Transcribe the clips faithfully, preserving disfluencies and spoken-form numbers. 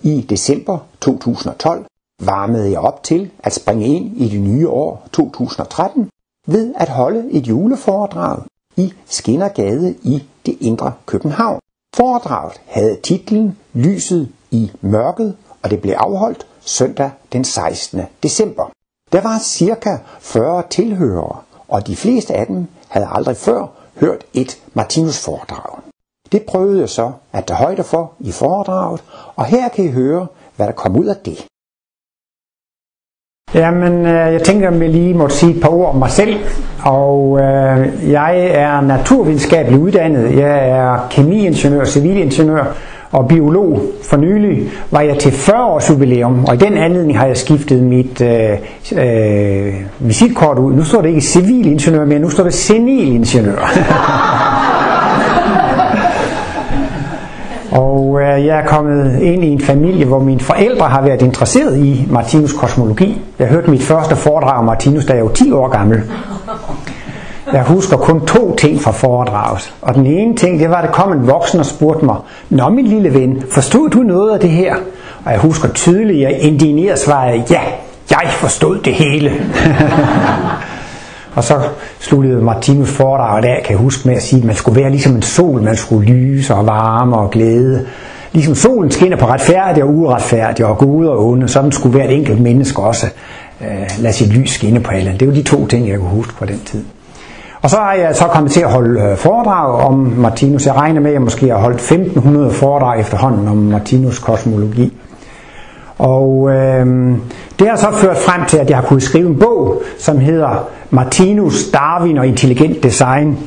I december to tusind og tolv varmede jeg op til at springe ind i det nye år to tusind og tretten ved at holde et juleforedrag i Skindergade i det indre København. Foredraget havde titlen Lyset i mørket, og det blev afholdt søndag den sekstende december. Der var cirka fyrre tilhørere, og de fleste af dem havde aldrig før hørt et Martinus-foredrag. Det prøvede jeg så at tage højde for i foredraget, og her kan I høre, hvad der kom ud af det. Jamen, jeg tænker, at jeg lige måtte sige et par ord om mig selv. Og øh, jeg er naturvidenskabelig uddannet. Jeg er kemiingeniør, civilingeniør og biolog. For nylig var jeg til fyrre års jubilæum, og i den anledning har jeg skiftet mit øh, øh, visitkort ud. Nu står det ikke civilingeniør mere, nu står det senilingeniør. Og øh, jeg er kommet ind i en familie, hvor mine forældre har været interesseret i Martinus kosmologi. Jeg hørte mit første foredrag om Martinus, da jeg var ti år gammel. Jeg husker kun to ting fra foredraget. Og den ene ting, det var, at der kom en voksen og spurgte mig, nå min lille ven, forstod du noget af det her? Og jeg husker tydeligt, at jeg indigneret svarede, ja, jeg forstod det hele. Og så sluttede Martinus foredraget af, kan jeg huske, med at sige, at man skulle være ligesom en sol, man skulle lyse og varme og glæde. Ligesom solen skinner på retfærdige og uretfærdige og gode og onde, sådan skulle hvert enkelt menneske også øh, lade sit lys skinne på alle. Det var de to ting, jeg kunne huske på den tid. Og så er jeg så kommet til at holde øh, foredrag om Martinus. Jeg regner med, at jeg måske har holdt femten hundrede foredrag efterhånden om Martinus kosmologi. Og øh, det har så ført frem til, at jeg har kunnet skrive en bog, som hedder Martinus, Darwin og intelligent design,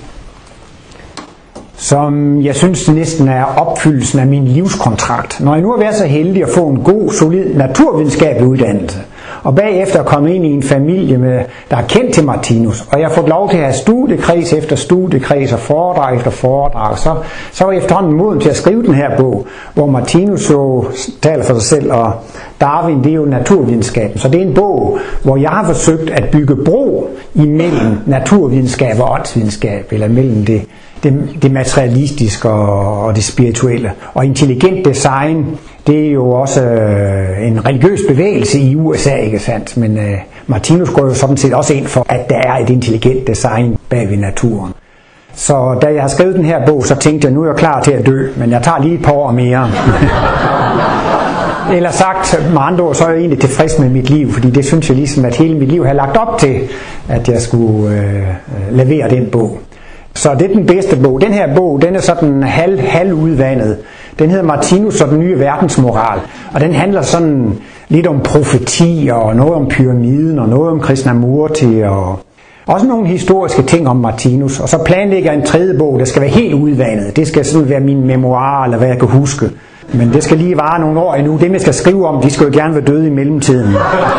som jeg synes næsten er opfyldelsen af min livskontrakt. Når jeg nu har været så heldig at få en god, solid naturvidenskabelig uddannelse, og bagefter komme ind i en familie, med, der er kendt til Martinus, og jeg har fået lov til at have studiekreds efter studiekreds og foredrag efter foredrag, så, så var jeg efterhånden moden til at skrive den her bog, hvor Martinus jo taler for sig selv, og Darwin, det er jo naturvidenskaben. Så det er en bog, hvor jeg har forsøgt at bygge bro imellem naturvidenskab og åndsvidenskab, eller mellem det, det, det materialistiske og, og det spirituelle. Og intelligent design, det er jo også øh, en religiøs bevægelse i U S A, ikke sandt? Men øh, Martinus går jo sådan set også ind for, at der er et intelligent design bag ved naturen. Så da jeg har skrevet den her bog, så tænkte jeg, nu er jeg klar til at dø, men jeg tager lige et par år mere. Eller sagt med andre ord, så er jeg egentlig tilfreds med mit liv, fordi det synes jeg ligesom, at hele mit liv har lagt op til, at jeg skulle øh, levere den bog. Så det er den bedste bog. Den her bog, den er sådan halv, halv udvandet. Den hedder Martinus og den nye verdensmoral, og den handler sådan lidt om profeti og noget om pyramiden og noget om Krishnamurti og også nogle historiske ting om Martinus. Og så planlægger jeg en tredje bog, der skal være helt udvandet. Det skal sådan være min memoir, eller hvad jeg kan huske. Men det skal lige vare nogle år endnu. Dem jeg skal skrive om, de skal jo gerne være døde i mellemtiden.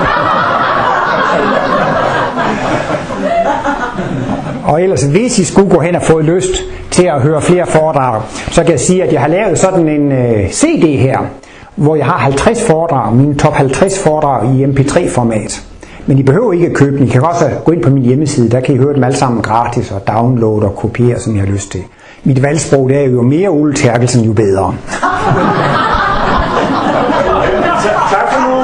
Og ellers, hvis I skulle gå hen og få lyst til at høre flere foredrag, så kan jeg sige, at jeg har lavet sådan en uh, C D her, hvor jeg har halvtreds foredrag, mine top halvtreds foredrag i M P tre format. Men I behøver ikke at købe dem. I kan også gå ind på min hjemmeside, der kan I høre dem alle sammen gratis og downloade og kopiere, som I har lyst til. Mit valgsprog, det er jo mere Ole Terkelsen, jo bedre. Tak for nu.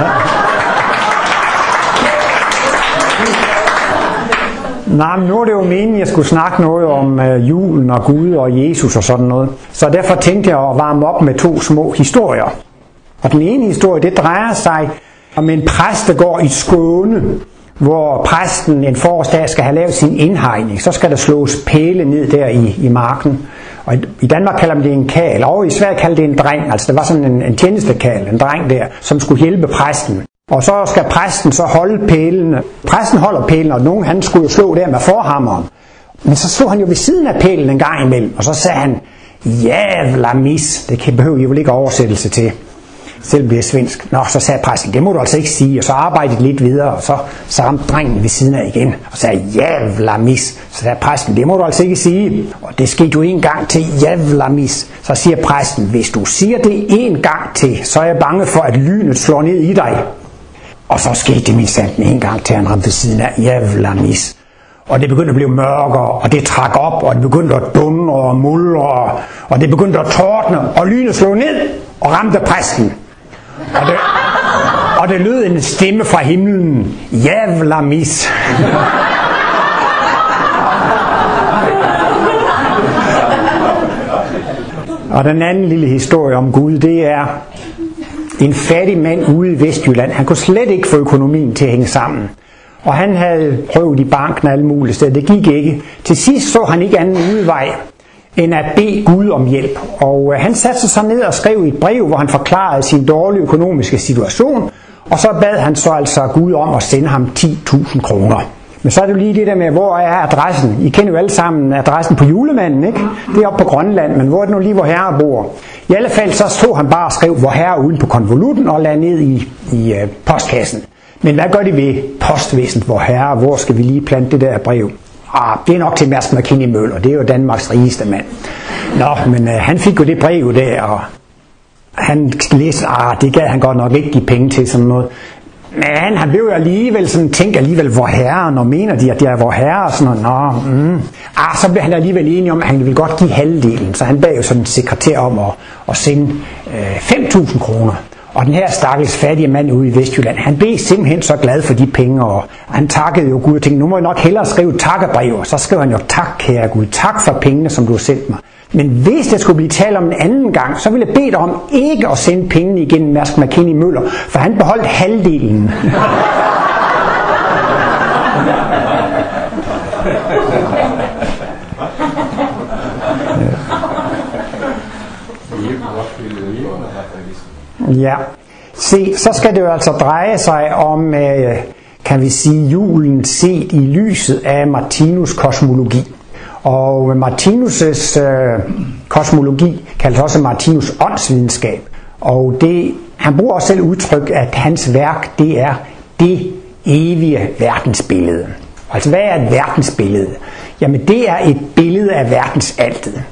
Nej, men nu er det jo meningen, at jeg skulle snakke noget om øh, julen og Gud og Jesus og sådan noget. Så derfor tænkte jeg at varme op med to små historier. Og den ene historie, det drejer sig om en præst, der går i Skåne, hvor præsten en forårsdag skal have lavet sin indhegning. Så skal der slås pæle ned der i, i marken. Og i, i Danmark kalder man det en kal, og i Sverige kalder det en dreng. Altså der var sådan en, en tjenestekal, en dreng der, som skulle hjælpe præsten. Og så skal præsten så holde pælene. Præsten holder pælen, og nogen han skulle jo slå der med forhammeren. Men så slog han jo ved siden af pælen en gang imellem, og så sagde han, jævla mis. Det kan behøve I vel ikke oversættelse til. Selv bliver svensk. Nå, så sagde præsten, det må du altså ikke sige. Og så arbejdede lidt videre, og så ramte drengen ved siden af igen. Og sagde, jævla mis. Så sagde præsten, det må du altså ikke sige. Og det skete jo en gang til, jævla mis. Så siger præsten, hvis du siger det en gang til, så er jeg bange for, at lynet slår ned i dig. Og så skete det mindstant en gang til, han ramte ved siden af, jævla mis. Og det begyndte at blive mørkere, og det trak op, og det begyndte at dundre og muldre, og det begyndte at tordne, og lynet slog ned og ramte præsten. Og det, og det lød en stemme fra himlen. Jævla mis. Og den anden lille historie om Gud, det er en fattig mand ude i Vestjylland. Han kunne slet ikke få økonomien til at hænge sammen. Og han havde prøvet i banken og alle mulige steder. Det gik ikke. Til sidst så han ikke anden udvej end at bede Gud om hjælp. Og han satte sig så ned og skrev et brev, hvor han forklarede sin dårlige økonomiske situation. Og så bad han så altså Gud om at sende ham ti tusind kroner. Men så er det jo lige det der med, hvor er adressen? I kender jo alle sammen adressen på Julemanden, ikke? Det er oppe på Grønland, men hvor er det nu lige, hvor Herre bor? I alle fald så stod han bare og skrev, hvor Herre uden på konvolutten og lagde ned i, i uh, postkassen. Men hvad gør de ved postvæsenet, hvor Herre, hvor skal vi lige plante det der brev? Ah, det er nok til Mærsk Mc-Kinney Møller, det er jo Danmarks rigeste mand. Nå, men uh, han fik jo det brev der, og han læste, ah, det gad han godt nok ikke give penge til sådan noget. Men han blev jo alligevel sådan, tænkt alligevel, hvor Herren, og mener de, at det er hvor Herre, og sådan noget. Nå, mm. ah, så blev han alligevel enig om, at han ville godt give halvdelen. Så han bad jo sådan en sekretær om at, at sende øh, fem tusind kroner. Og den her stakkels fattige mand ude i Vestjylland, han blev simpelthen så glad for de penge, og han takkede jo Gud og tænkte, nu må jeg nok hellere skrive takkebrev. Så skrev han jo, tak kære Gud, tak for pengene, som du har sendt mig. Men hvis der skulle blive tale om en anden gang, så ville jeg bede dig om ikke at sende pengene igen Mærsk Mc-Kinney Møller, for han beholdt halvdelen. Ja, se, så skal det jo altså dreje sig om, kan vi sige, julen set i lyset af Martinus kosmologi. Og Martinus' øh, kosmologi kaldes også Martinus åndsvidenskab. Og det, han bruger også selv udtryk, at hans værk, det er det evige verdensbillede. Altså hvad er et verdensbillede? Jamen det er et billede af verdensaltet.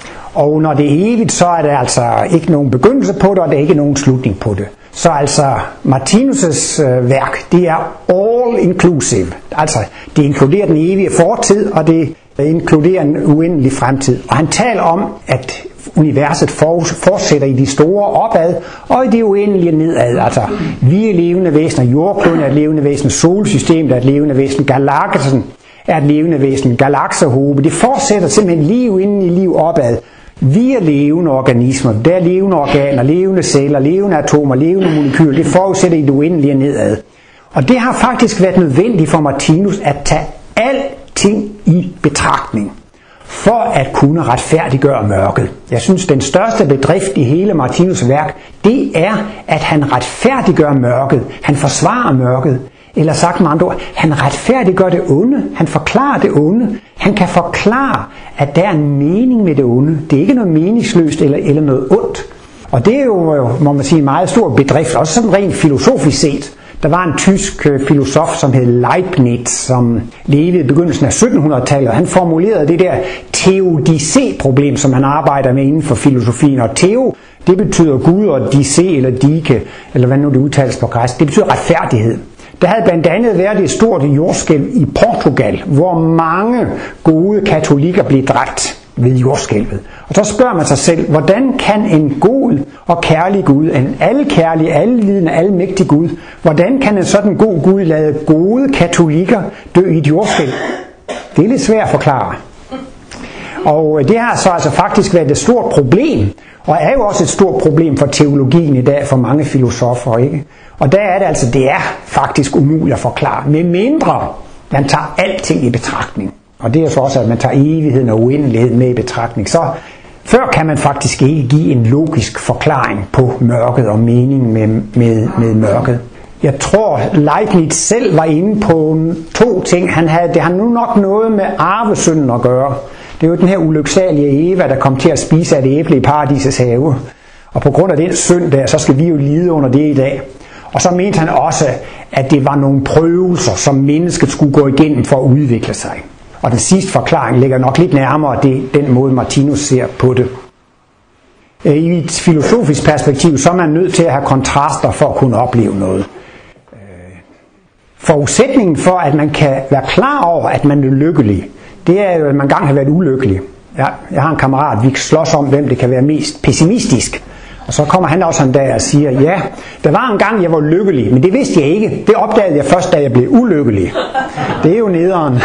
Og når det er evigt, så er der altså ikke nogen begyndelse på det, og der er ikke nogen slutning på det. Så altså Martinus' øh, værk, det er all inclusive. Altså det inkluderer den evige fortid, og det inkluderer en uendelig fremtid. Og han taler om, at universet fortsætter i de store opad, og i det uendelige nedad. Altså, vi er levende væsener, jordkloden er et levende væsen, solsystemet er et levende væsen, galaksen er et levende væsen, galaksehobe. Det fortsætter simpelthen liv inden i liv opad. Vi er levende organismer, der er levende organer, levende celler, levende atomer, levende molekyler. Det fortsætter i det uendelige nedad. Og det har faktisk været nødvendigt for Martinus at tage alting i betragtning, for at kunne retfærdiggøre mørket. Jeg synes, den største bedrift i hele Martinus' værk, det er, at han retfærdiggør mørket. Han forsvarer mørket. Eller sagt med andre ord, han retfærdiggør det onde. Han forklarer det onde. Han kan forklare, at der er en mening med det onde. Det er ikke noget meningsløst eller, eller noget ondt. Og det er jo, må man sige, en meget stor bedrift, også sådan rent filosofisk set. Der var en tysk filosof, som hed Leibniz, som levede i begyndelsen af syttenhundredetallet. Han formulerede det der teodicé-problem, som han arbejder med inden for filosofien. Og teo, det betyder Gud, og dicé eller dike, eller hvad nu det udtales på græsk, det betyder retfærdighed. Der havde blandt andet været et stort jordskælv i Portugal, hvor mange gode katolikker blev dræbt ved jordskælvet. Og så spørger man sig selv, hvordan kan en god og kærlig Gud, en alkærlig, alvidende, almægtig Gud, hvordan kan en sådan god Gud lade gode katolikker dø i et jordskælv? Det er lidt svært at forklare. Og det har så altså faktisk været et stort problem, og er jo også et stort problem for teologien i dag, for mange filosofer, ikke? Og der er det altså, det er faktisk umuligt at forklare, med mindre man tager alting i betragtning. Og det er så også, at man tager evigheden og uendeligheden med i betragtning. Så før kan man faktisk ikke give en logisk forklaring på mørket og meningen med, med, med mørket. Jeg tror, Leibniz selv var inde på to ting. Han havde, det har nu nok noget med arvesynden at gøre. Det er jo den her ulyksalige Eva, der kom til at spise af et æble i paradisets have. Og på grund af den synd der, så skal vi jo lide under det i dag. Og så mente han også, at det var nogle prøvelser, som mennesket skulle gå igennem for at udvikle sig. Og den sidste forklaring ligger nok lidt nærmere det, den måde Martinus ser på det. I et filosofisk perspektiv, så er man nødt til at have kontraster for at kunne opleve noget. Forudsætningen for, at man kan være klar over, at man er lykkelig, det er jo, at man engang har været ulykkelig. Ja, jeg har en kammerat, vi slås om, hvem det kan være mest pessimistisk. Og så kommer han også en dag og siger, ja, der var en gang, jeg var lykkelig, men det vidste jeg ikke. Det opdagede jeg først, da jeg blev ulykkelig. Det er jo nederen.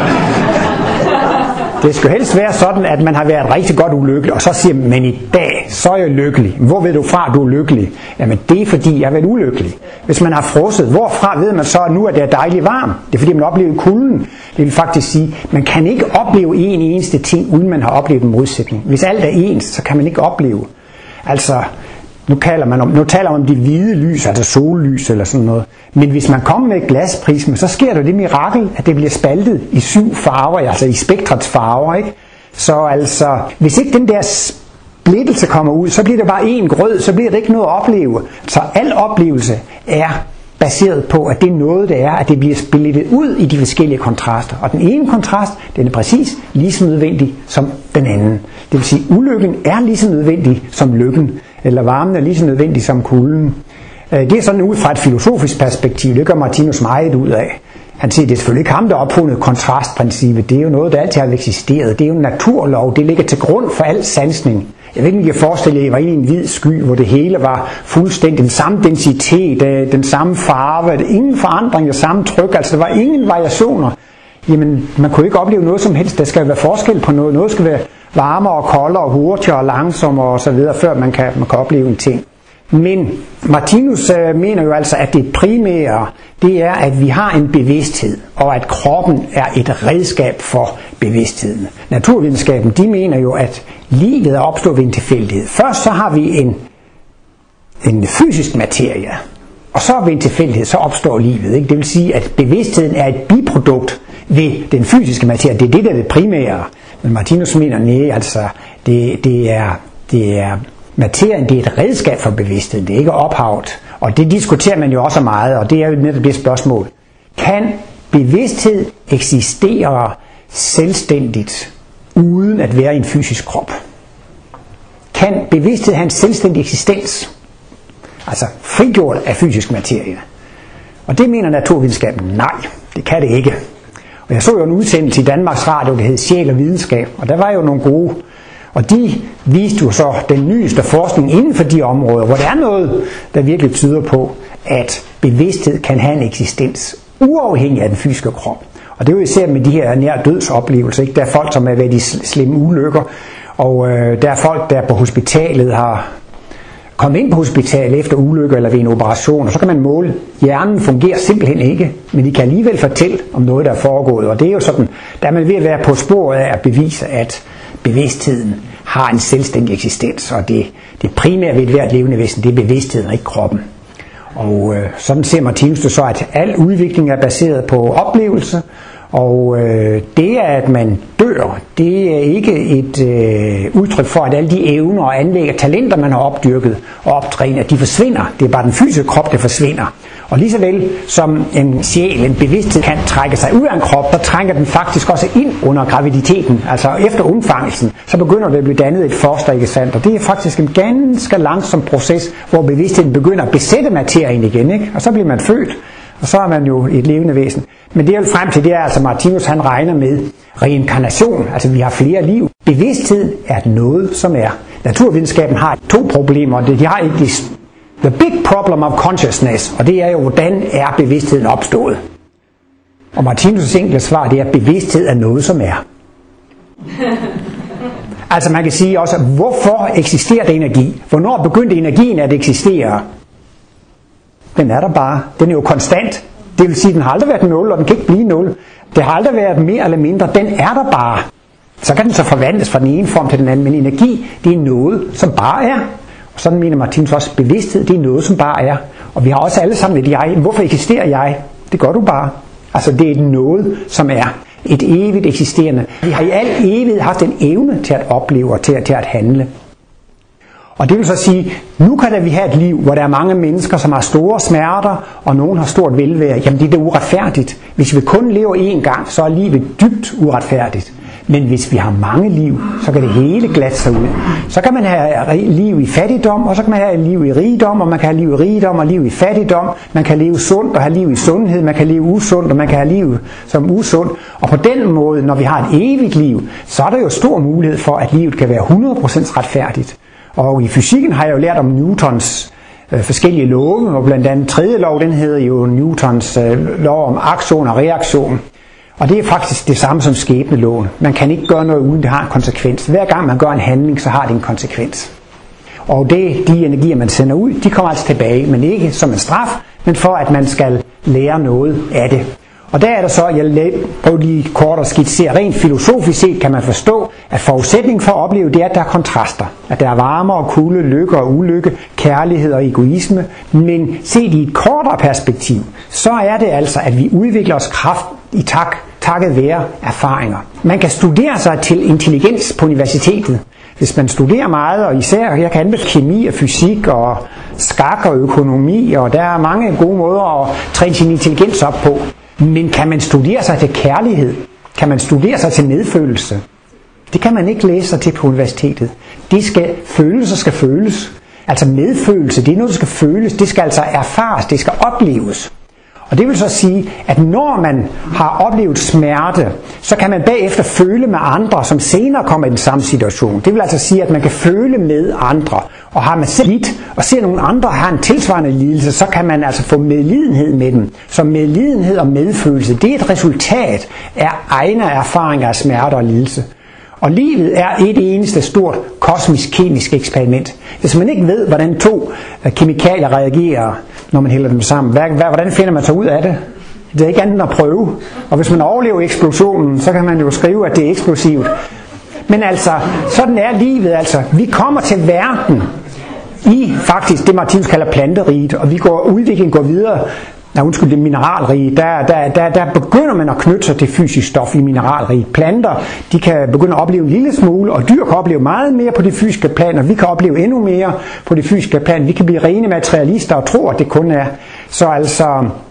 Det skal helst være sådan, at man har været rigtig godt ulykkelig, og så siger man, men i dag, så er jeg lykkelig. Hvor ved du fra, du er lykkelig? Jamen det er fordi, jeg har været ulykkelig. Hvis man har frosset, hvorfra ved man så, at nu er det dejligt varmt? Det er fordi, man oplever kulden. Det vil faktisk sige, man kan ikke opleve en eneste ting, uden man har oplevet en modsætning. Hvis alt er ens, så kan man ikke opleve. Altså, nu, kalder man om, nu taler man om de hvide lys, altså sollys eller sådan noget. Men hvis man kommer med et glasprisme, så sker der det mirakel, at det bliver spaltet i syv farver, altså i spektrets farver, ikke? Så altså, hvis ikke den der splittelse kommer ud, så bliver det bare en grød, så bliver det ikke noget at opleve. Så al oplevelse er baseret på, at det er noget, det er, at det bliver splittet ud i de forskellige kontraster. Og den ene kontrast, den er præcis lige så nødvendig som den anden. Det vil sige, at ulykken er lige så nødvendig som lykken, eller varmen er lige så nødvendig som kulden. Det er sådan ud fra et filosofisk perspektiv, det gør Martinus meget ud af. Han siger, det er selvfølgelig ikke ham, der opfundet kontrastprincippet. Det er jo noget, der altid har eksisteret. Det er jo en naturlov. Det ligger til grund for al sansning. Jeg ved ikke, om I kan forestille jer, at I var inde i en hvid sky, hvor det hele var fuldstændig den samme densitet, den samme farve, ingen forandring, det samme tryk. Altså, der var ingen variationer. Jamen, man kunne ikke opleve noget som helst. Der skal være forskel på noget. Noget skal være varmere og koldere, hurtigere og langsommere og så videre, før man kan, man kan opleve en ting. Men Martinus øh, mener jo altså, at det primære, det er, at vi har en bevidsthed, og at kroppen er et redskab for bevidstheden. Naturvidenskaben, de mener jo, at livet er opstået ved en tilfældighed. Først så har vi en, en fysisk materie, og så ved en tilfældighed, så opstår livet. Ikke? Det vil sige, at bevidstheden er et biprodukt ved den fysiske materie. Det er det, der er det primære. Men Martinus mener, nej, altså, det, det er... Det er materien, det er et redskab for bevidstheden, det er ikke ophavet. Og det diskuterer man jo også meget, og det er jo netop det spørgsmål. Kan bevidsthed eksistere selvstændigt, uden at være i en fysisk krop? Kan bevidsthed have en selvstændig eksistens? Altså frigjort af fysisk materie? Og det mener naturvidenskaben, nej, det kan det ikke. Og jeg så jo en udsendelse i Danmarks Radio, der hed Sjæl og Videnskab, og der var jo nogle gode. Og de viste jo så den nyeste forskning inden for de områder, hvor der er noget, der virkelig tyder på, at bevidsthed kan have en eksistens uafhængig af den fysiske krop. Og det er jo især med de her nær dødsoplevelser. Ikke? Der er folk, som er ved de slemme ulykker, og øh, der er folk, der på hospitalet har kommet ind på hospitalet efter ulykker eller ved en operation, og så kan man måle. Hjernen fungerer simpelthen ikke, men de kan alligevel fortælle om noget, der er foregået. Og det er jo sådan, der er man ved at være på sporet af at bevise, at bevidstheden har en selvstændig eksistens, og det, det primære ved et hvert levende væsen, det er bevidstheden og ikke kroppen. Og øh, sådan ser Martinus det så, at al udvikling er baseret på oplevelse, og øh, det at man dør, det er ikke et øh, udtryk for, at alle de evner og anlæg og talenter, man har opdyrket og optrænet, de forsvinder. Det er bare den fysiske krop, der forsvinder. Og lige så vel som en sjæl, en bevidsthed kan trække sig ud af en krop, der trænger den faktisk også ind under graviditeten. Altså efter undfangelsen, så begynder det at blive dannet et foster, ikke sandt? Og det er faktisk en ganske langsom proces, hvor bevidstheden begynder at besætte materien igen, ikke? Og så bliver man født, og så er man jo et levende væsen. Men det jeg vil frem til, det er altså Martinus, han regner med reinkarnation. Altså vi har flere liv. Bevidsthed er noget, som er. Naturvidenskaben har to problemer. De har ikke de The big problem of consciousness, og det er jo, hvordan er bevidstheden opstået? Og Martinus' enkle svar, det er, at bevidsthed er noget, som er. Altså man kan sige også, hvorfor eksisterer der energi? Hvornår begyndte energien at eksistere? Den er der bare. Den er jo konstant. Det vil sige, at den har aldrig været nul, og den kan ikke blive nul. Det har aldrig været mere eller mindre. Den er der bare. Så kan den så forvandles fra den ene form til den anden, men energi, det er noget, som bare er. Og sådan mener Martinus også, bevidsthed, det er noget, som bare er. Og vi har også alle sammen et jeg. Hvorfor eksisterer jeg? Det gør du bare. Altså det er noget, som er et evigt eksisterende. Vi har i al evighed haft en evne til at opleve og til, til at handle. Og det vil så sige, nu kan der vi have et liv, hvor der er mange mennesker, som har store smerter, og nogen har stort velvære. Jamen det er da uretfærdigt. Hvis vi kun lever én gang, så er livet dybt uretfærdigt. Men hvis vi har mange liv, så kan det hele glatte sig ud. Så kan man have liv i fattigdom, og så kan man have liv i rigdom, og man kan have liv i rigdom og liv i fattigdom. Man kan leve sundt og have liv i sundhed, man kan leve usundt, og man kan have liv som usund. Og på den måde, når vi har et evigt liv, så er der jo stor mulighed for, at livet kan være hundrede procent retfærdigt. Og i fysikken har jeg jo lært om Newtons øh, forskellige love, og blandt andet tredje lov, den hedder jo Newtons øh, lov om aktion og reaktion. Og det er faktisk det samme som skæbneloven. Man kan ikke gøre noget, uden det har en konsekvens. Hver gang man gør en handling, så har det en konsekvens. Og det, de energier, man sender ud, de kommer altså tilbage, men ikke som en straf, men for at man skal lære noget af det. Og der er der så, jeg prøver lige kort at skitsere, rent filosofisk set kan man forstå, at forudsætningen for at opleve det er, at der er kontraster. At der er varme og kulde, lykke og ulykke, kærlighed og egoisme. Men set i et kortere perspektiv, så er det altså, at vi udvikler os kraft i tak, takket være erfaringer. Man kan studere sig til intelligens på universitetet. Hvis man studerer meget, og især jeg kan anbefale kemi og fysik og skak og økonomi, og der er mange gode måder at træne sin intelligens op på. Men kan man studere sig til kærlighed? Kan man studere sig til medfølelse? Det kan man ikke læse sig til på universitetet. Det skal følelser skal føles. Altså medfølelse, det er noget, der skal føles. Det skal altså erfares, det skal opleves. Og det vil så sige, at når man har oplevet smerte, så kan man bagefter føle med andre, som senere kommer i den samme situation. Det vil altså sige, at man kan føle med andre. Og har man selv lidt, og ser nogle andre har en tilsvarende lidelse, så kan man altså få medlidenhed med dem. Så medlidenhed og medfølelse, det er et resultat af egne erfaringer af smerte og lidelse. Og livet er et eneste stort kosmisk kemisk eksperiment. Hvis man ikke ved, hvordan to kemikalier reagerer, når man hælder dem sammen, hvordan finder man så ud af det? Det er ikke andet end at prøve. Og hvis man overlever eksplosionen, så kan man jo skrive, at det er eksplosivt. Men altså, sådan er livet altså. Vi kommer til verden i faktisk det, Martinus kalder planteriget, og vi går, udviklingen går videre. Nej, undskyld, det mineralrige, der, der, der, der begynder man at knytte sig til fysisk stof i mineralrige. Planter, de kan begynde at opleve en lille smule, og dyr kan opleve meget mere på det fysiske plan, og vi kan opleve endnu mere på det fysiske plan. Vi kan blive rene materialister og tro, at det kun er. Så altså,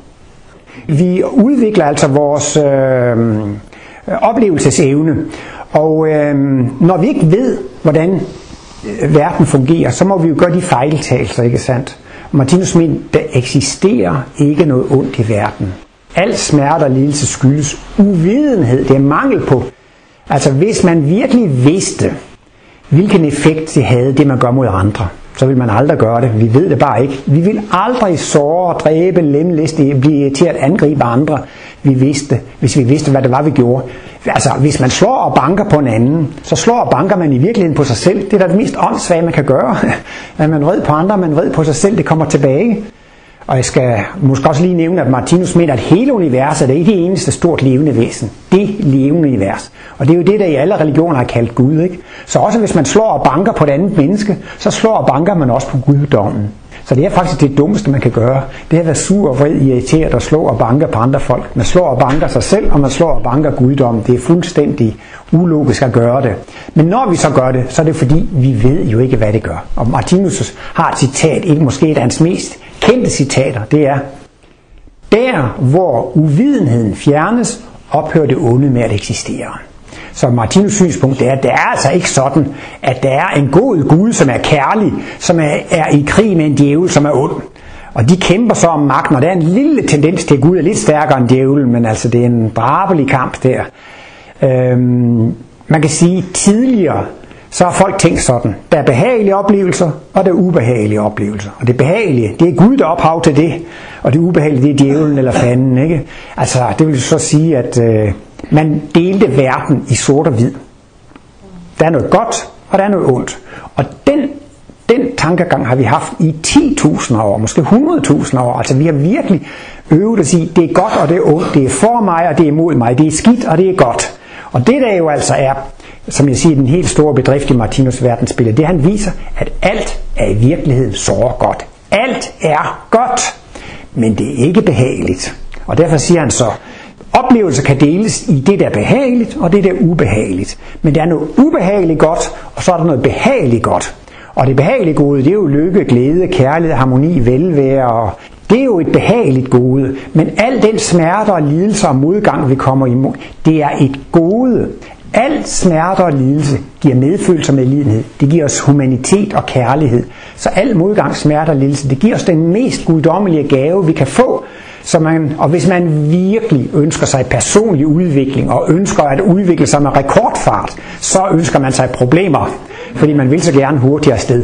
vi udvikler altså vores øh, oplevelsesevne, og øh, når vi ikke ved, hvordan verden fungerer, så må vi jo gøre de fejltagelser, ikke sandt? Martinus mener, der eksisterer ikke noget ondt i verden. Al smerte og lidelse skyldes uvidenhed, det er mangel på. Altså hvis man virkelig vidste, hvilken effekt det havde, det man gør mod andre, så vil man aldrig gøre det. Vi ved det bare ikke. Vi vil aldrig såre, dræbe, lemlæste, blive til at angribe andre, vi vidste, hvis vi vidste, hvad det var, vi gjorde. Altså, hvis man slår og banker på en anden, så slår og banker man i virkeligheden på sig selv. Det er da det mest åndssvage, man kan gøre. At man vred på andre, man vred på sig selv, det kommer tilbage. Og jeg skal måske også lige nævne, at Martinus mener, at hele universet er ikke det eneste stort levende væsen. Det levende univers. Og det er jo det, der i alle religioner er kaldt Gud, ikke? Så også hvis man slår og banker på et andet menneske, så slår og banker man også på guddommen. Så det er faktisk det dummeste, man kan gøre. Det er at være sur og vred, irriteret og slå og banker på andre folk. Man slår og banker sig selv, og man slår og banker guddommen. Det er fuldstændig ulogisk at gøre det. Men når vi så gør det, så er det fordi, vi ved jo ikke, hvad det gør. Og Martinus har et citat, ikke måske et af hans mest kendte citater, det er: der hvor uvidenheden fjernes, ophører det onde med at eksistere. Så Martinus synspunkt er, at det er altså ikke sådan, at der er en god Gud, som er kærlig, som er, er i krig med en djævel, som er ond. Og de kæmper så om magten, og der er en lille tendens til, at Gud er lidt stærkere end djævelen, men altså det er en drabelig kamp der. Øhm, man kan sige, tidligere, så har folk tænkt sådan, der er behagelige oplevelser, og der er ubehagelige oplevelser. Og det behagelige, det er Gud, der er ophav til det, og det ubehagelige, det er djævelen eller fanden, ikke? Altså, det vil så sige, at øh, man delte verden i sort og hvid. Der er noget godt, og der er noget ondt. Og den, den tankegang har vi haft i ti tusind år, måske hundrede tusind år. Altså, vi har virkelig øvet at sige, det er godt, og det er ondt, det er for mig, og det er imod mig, det er skidt, og det er godt. Og det der jo altså er, som jeg siger, den helt store bedrift i Martinus' verdensbillede, det han viser, at alt er i virkeligheden såre godt. Alt er godt, men det er ikke behageligt. Og derfor siger han så, oplevelser kan deles i det, der er behageligt, og det, der er ubehageligt. Men der er noget ubehageligt godt, og så er der noget behageligt godt. Og det behagelige gode, det er jo lykke, glæde, kærlighed, harmoni, velvære, og det er jo et behageligt gode. Men al den smerte og lidelse og modgang, vi kommer imod, det er et gode. Al smerte og lidelse giver medfølelse og medlidenhed. Det giver os humanitet og kærlighed. Så al modgang, smerte og lidelse, det giver os den mest guddommelige gave, vi kan få, Så man, og hvis man virkelig ønsker sig personlig udvikling, og ønsker at udvikle sig med rekordfart, så ønsker man sig problemer, fordi man vil så gerne hurtigere afsted.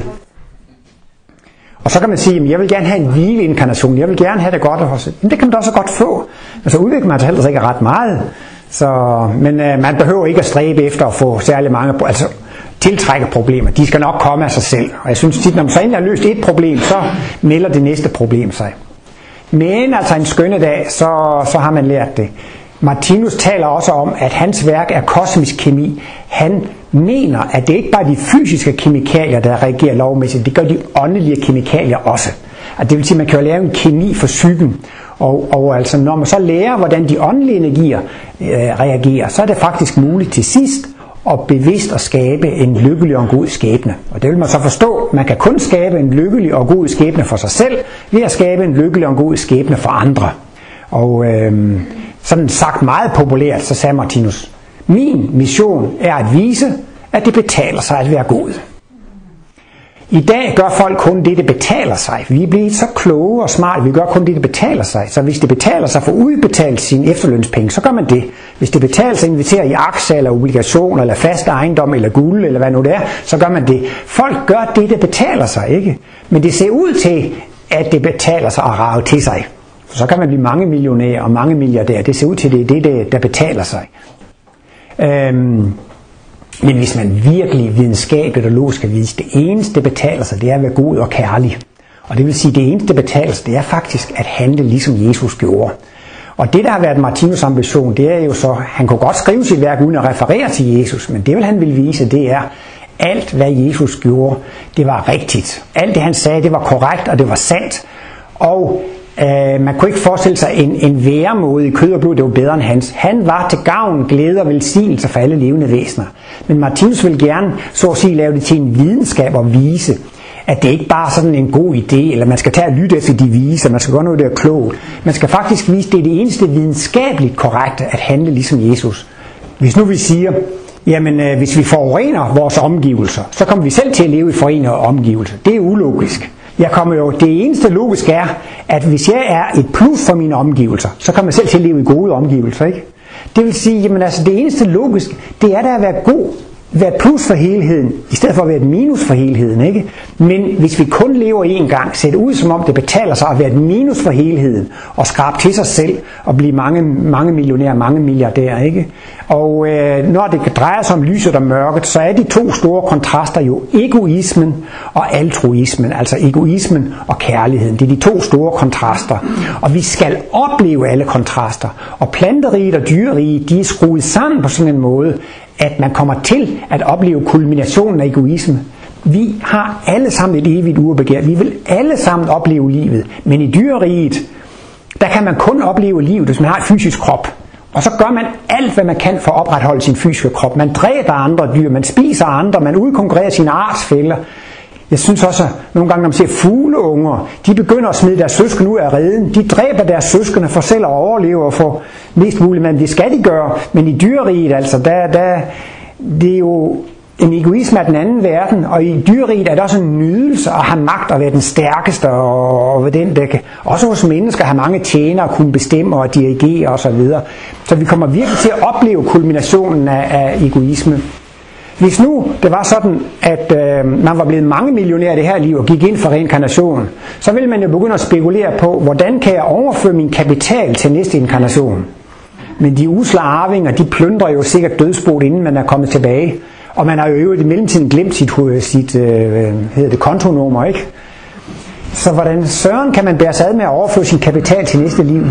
Og så kan man sige, at jeg vil gerne have en hvileinkarnation, jeg vil gerne have det godt, men det kan man da også godt få. Men så udvikler man sig heller ikke ret meget. Så, men øh, man behøver ikke at stræbe efter at få særlig mange, altså tiltrække problemer. De skal nok komme af sig selv. Og jeg synes tit, når man så endelig har løst et problem, så melder det næste problem sig. Men altså en skønne dag, så, så har man lært det. Martinus taler også om, at hans værk er kosmisk kemi. Han mener, at det ikke bare er de fysiske kemikalier, der reagerer lovmæssigt, det gør de åndelige kemikalier også. At det vil sige, at man kan jo lave en kemi for psyken. Og, og altså, når man så lærer, hvordan de åndelige energier øh, reagerer, så er det faktisk muligt til sidst og bevidst at skabe en lykkelig og en god skæbne. Og det vil man så forstå. Man kan kun skabe en lykkelig og god skæbne for sig selv, ved at skabe en lykkelig og en god skæbne for andre. Og øh, sådan sagt meget populært, så sagde Martinus, min mission er at vise, at det betaler sig at være god. I dag gør folk kun det, det betaler sig. Vi er blevet så kloge og smarte, vi gør kun det, det betaler sig. Så hvis det betaler sig for udbetalt sine efterlønspenge, så gør man det. Hvis det betaler sig at investere i aktier eller obligationer eller fast ejendom eller guld eller hvad nu det er, så gør man det. Folk gør det, det betaler sig, ikke? Men det ser ud til, at det betaler sig at rage til sig. Så kan man blive mange millionærer og mange milliardærer. Det ser ud til, at det er det, der betaler sig. Øhm, men hvis man virkelig videnskabeligt og logisk skal vise, det eneste, det betaler sig, det er at være god og kærlig. Og det vil sige, at det eneste, det betaler sig, det er faktisk at handle ligesom Jesus gjorde. Og det, der har været Martinus' ambition, det er jo så, han kunne godt skrive sit værk uden at referere til Jesus, men det vil han vil vise, det er, alt hvad Jesus gjorde, det var rigtigt. Alt det han sagde, det var korrekt, og det var sandt. Og Uh, man kunne ikke forestille sig en, en væremåde i kød og blod, det var bedre end hans. Han var til gavn, glæde og velsignelse for alle levende væsener. Men Martinus vil gerne, så at sige, lave det til en videnskab og vise, at det ikke bare er sådan en god idé, eller man skal tage og lytte efter de vise, man skal gøre noget, der er klogt. Man skal faktisk vise, at det er det eneste videnskabeligt korrekte at handle ligesom Jesus. Hvis nu vi siger, jamen uh, hvis vi forurener vores omgivelser, så kommer vi selv til at leve i forenede omgivelser. Det er ulogisk. Jeg kommer jo, det eneste logiske er, at hvis jeg er et plus for mine omgivelser, så kommer jeg selv til at leve i gode omgivelser, ikke? Det vil sige, jamen altså det eneste logiske, det er da at være god, være et plus for helheden, i stedet for at være et minus for helheden, ikke? Men hvis vi kun lever én gang, ser det ud som om det betaler sig at være et minus for helheden, og skrabe til sig selv, og blive mange, mange millionærer, mange milliardærer, ikke? Og øh, når det drejer sig om lyset og mørket, så er de to store kontraster jo egoismen og altruismen, altså egoismen og kærligheden. Det er de to store kontraster. Og vi skal opleve alle kontraster. Og planteriget og dyreriget, de er skruet sammen på sådan en måde, at man kommer til at opleve kulminationen af egoisme. Vi har alle sammen et evigt urbegær. Vi vil alle sammen opleve livet. Men i dyreriget, der kan man kun opleve livet, hvis man har en fysisk krop. Og så gør man alt, hvad man kan for at opretholde sin fysiske krop. Man dræber andre dyr, man spiser andre, man udkonkurrerer sine artsfæller. Jeg synes også, at nogle gange, når man ser fugleunger, de begynder at smide deres søskende ud af reden. De dræber deres søskende for selv at overleve og få mest muligt, men det skal de gøre. Men i dyreriget, altså, der, der, det er jo en egoisme af den anden verden, og i dyreriget er det også en nydelse at have magt og være den stærkeste, og den, der kan også hos mennesker have mange tjenere, kunne bestemme og dirigere osv. Så vi kommer virkelig til at opleve kulminationen af, af egoisme. Hvis nu det var sådan, at øh, man var blevet mange millionærer i det her liv og gik ind for reinkarnation, så ville man jo begynde at spekulere på, hvordan kan jeg overføre min kapital til næste inkarnation. Men de usle arvinger, de plyndrer jo sikkert dødsboet, inden man er kommet tilbage. Og man har jo i mellemtiden glemt sit, sit øh, hedder det, kontonummer, ikke? Så hvordan søren kan man bære sig ad med at overføre sin kapital til næste liv?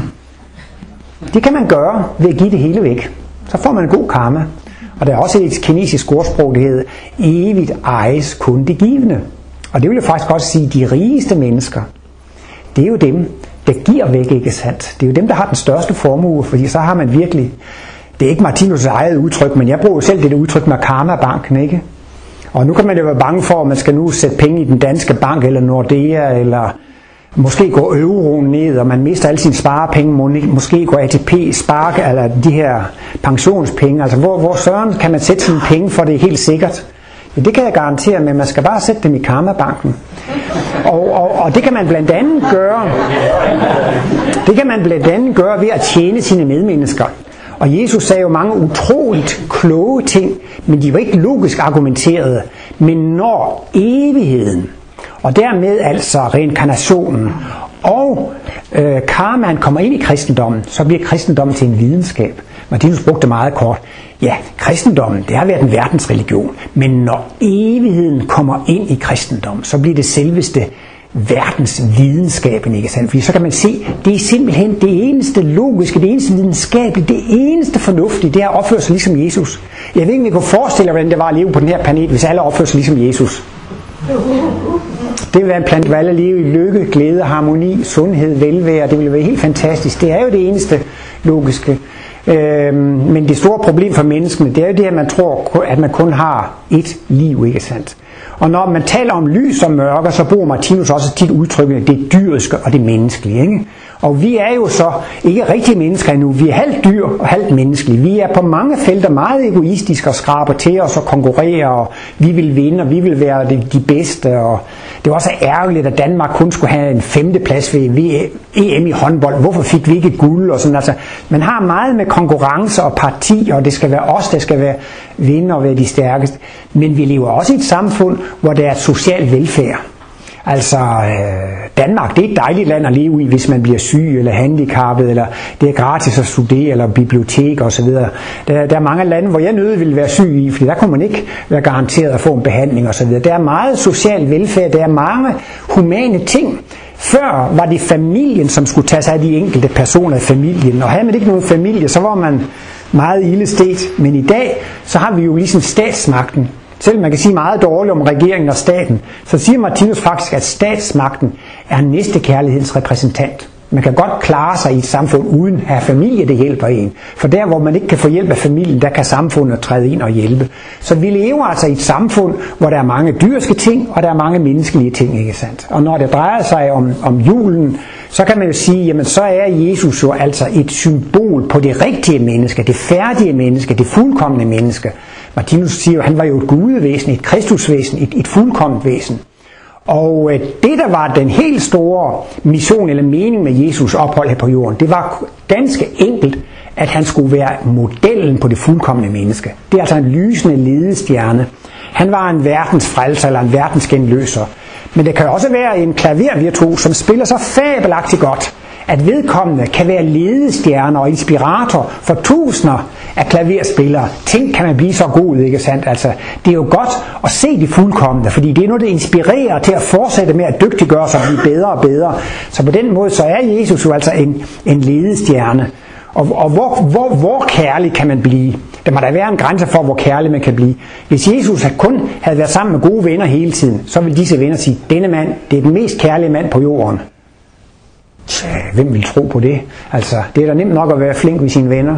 Det kan man gøre ved at give det hele væk. Så får man en god karma. Og der er også et kinesisk ordsprog, der hedder, evigt ejes kun det givende. Og det vil jo faktisk også sige, at de rigeste mennesker, det er jo dem, der giver væk, ikke sandt? Det er jo dem, der har den største formue, fordi så har man virkelig, det er ikke Martinus' eget udtryk, men jeg bruger jo selv det udtryk med Karma-banken, ikke? Og nu kan man jo være bange for, at man skal nu sætte penge i den danske bank, eller Nordea, eller måske går euroen ned, og man mister alle sine sparepenge, måske går A T P spark, eller de her pensionspenge, altså hvor, hvor søren kan man sætte sine penge, for det er helt sikkert? Ja, det kan jeg garantere, men man skal bare sætte dem i karmabanken. Og, og, og det kan man blandt andet gøre. Det kan man blandt andet gøre ved at tjene sine medmennesker. Og Jesus sagde jo mange utroligt kloge ting, men de var ikke logisk argumenterede. Men når evigheden, og dermed altså reinkarnationen og øh, karmaen kommer ind i kristendommen, så bliver kristendommen til en videnskab. Martinus brugte meget kort. Ja, kristendommen, det har været en verdensreligion, men når evigheden kommer ind i kristendommen, så bliver det selveste verdensvidenskaben, ikke sandt? Fordi så kan man se, det er simpelthen det eneste logiske, det eneste videnskabelige, det eneste fornuftige, det er at opføre sig ligesom Jesus. Jeg ved ikke, om I kunne forestille jer, hvordan det var at leve på den her planet, hvis alle opfører sig ligesom Jesus. Det vil være en planet, hvor alle lever i lykke, glæde, harmoni, sundhed, velvære. Det vil være helt fantastisk. Det er jo det eneste logiske. Øhm, men det store problem for menneskene, det er jo det, at man tror, at man kun har ét liv, ikke sandt? Og når man taler om lys og mørke, så bruger Martinus også tit udtrykket det dyriske og det menneskelige, ikke? Og vi er jo så ikke rigtige mennesker endnu. Vi er halvt dyr og halvt menneskelige. Vi er på mange felter meget egoistiske og skraber til os og konkurrerer, og vi vil vinde, og vi vil være de, de bedste. Og det var også ærgerligt, at Danmark kun skulle have en femteplads ved E M i håndbold. Hvorfor fik vi ikke guld? Og sådan, altså, man har meget med konkurrence og parti, og det skal være os, der skal være vinde og være de stærkeste. Men vi lever også i et samfund, hvor der er et social velfærd. Altså Danmark, det er et dejligt land at leve i, hvis man bliver syg eller handicappet, eller det er gratis at studere, eller bibliotek osv. Der, der er mange lande, hvor jeg nødig ville være syg i, fordi der kunne man ikke være garanteret at få en behandling osv. Der er meget social velfærd, der er mange humane ting. Før var det familien, som skulle tage sig af de enkelte personer i familien, og havde man ikke nogen familie, så var man meget ildestet. Men i dag, så har vi jo ligesom statsmagten. Selvom man kan sige meget dårligt om regeringen og staten, så siger Martinus faktisk, at statsmagten er næstekærlighedens repræsentant. Man kan godt klare sig i et samfund uden at have familie, det hjælper en. For der, hvor man ikke kan få hjælp af familien, der kan samfundet træde ind og hjælpe. Så vi lever altså i et samfund, hvor der er mange dyrske ting, og der er mange menneskelige ting, ikke sandt? Og når det drejer sig om, om julen, så kan man jo sige, jamen så er Jesus jo altså et symbol på det rigtige menneske, det færdige menneske, det fuldkomne menneske. Martinus siger jo, at han var jo et gudevæsen, et kristusvæsen, et, et fuldkomment væsen. Og det, der var den helt store mission eller mening med Jesus ophold her på jorden, det var ganske enkelt, at han skulle være modellen på det fuldkomne menneske. Det er altså en lysende ledestjerne. Han var en verdens frelser eller en verdensgenløser. Men det kan også være en klavervirtuos, som spiller så fabelagtigt godt, at vedkommende kan være ledestjerner og inspirator for tusinder af klaverspillere. Tænk, kan man blive så god, ikke sandt? Altså, det er jo godt at se de fuldkomne, fordi det er noget, der inspirerer til at fortsætte med at dygtiggøre sig og blive bedre og bedre. Så på den måde, så er Jesus jo altså en, en ledestjerne. Og, og hvor, hvor, hvor kærlig kan man blive? Der må der være en grænse for, hvor kærlig man kan blive. Hvis Jesus kun havde været sammen med gode venner hele tiden, så ville disse venner sige, denne mand, det er den mest kærlige mand på jorden. Tja, hvem vil tro på det? Altså, det er da nemt nok at være flink ved sine venner.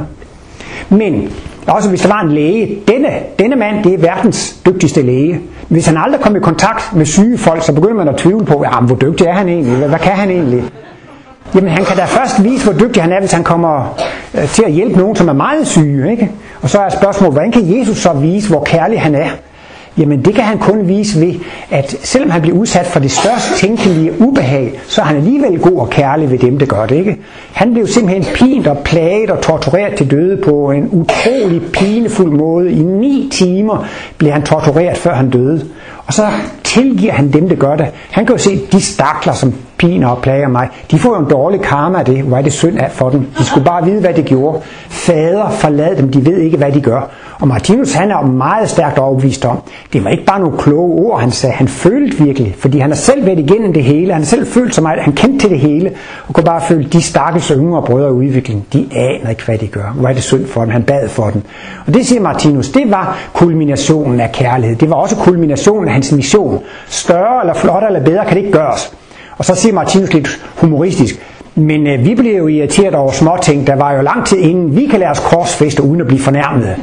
Men også hvis der var en læge, denne, denne mand, det er verdens dygtigste læge. Hvis han aldrig kom i kontakt med syge folk, så begynder man at tvivle på, ja, hvor dygtig er han egentlig? Hvad, hvad kan han egentlig? Jamen han kan da først vise, hvor dygtig han er, hvis han kommer øh, til at hjælpe nogen, som er meget syge, ikke? Og så er spørgsmålet, hvordan kan Jesus så vise, hvor kærlig han er? Jamen det kan han kun vise ved, at selvom han bliver udsat for det største tænkelige ubehag, så er han alligevel god og kærlig ved dem, der gør det, ikke? Han blev simpelthen pint og plaget og tortureret til døde på en utrolig pinefuld måde. I ni timer blev han tortureret, før han døde. Og så tilgiver han dem, der gør det. Han kan jo se, de stakler, som piner og plager mig, de får jo en dårlig karma af det. Hvor er det synd af for dem? De skulle bare vide, hvad de gjorde. Fader, forlad dem, de ved ikke, hvad de gør. Og Martinus, han er meget stærkt overbevist om, det var ikke bare nogle kloge ord, han sagde. Han følte virkelig, fordi han har selv været igennem det hele. Han har selv følt så meget, han kendte til det hele, og kunne bare føle, de stakkels yngre brødre i udvikling, de aner ikke, hvad de gør. Hvor er det synd for dem? Han bad for dem. Og det siger Martinus, det var kulminationen af kærlighed. Det var også kulminationen af hans mission. Større eller flottere eller bedre kan det ikke gøres. Og så siger Martinus lidt humoristisk, men øh, vi blev jo irriteret over småting, der var jo lang tid inden vi kan lade os korsfæste uden at blive fornærmet.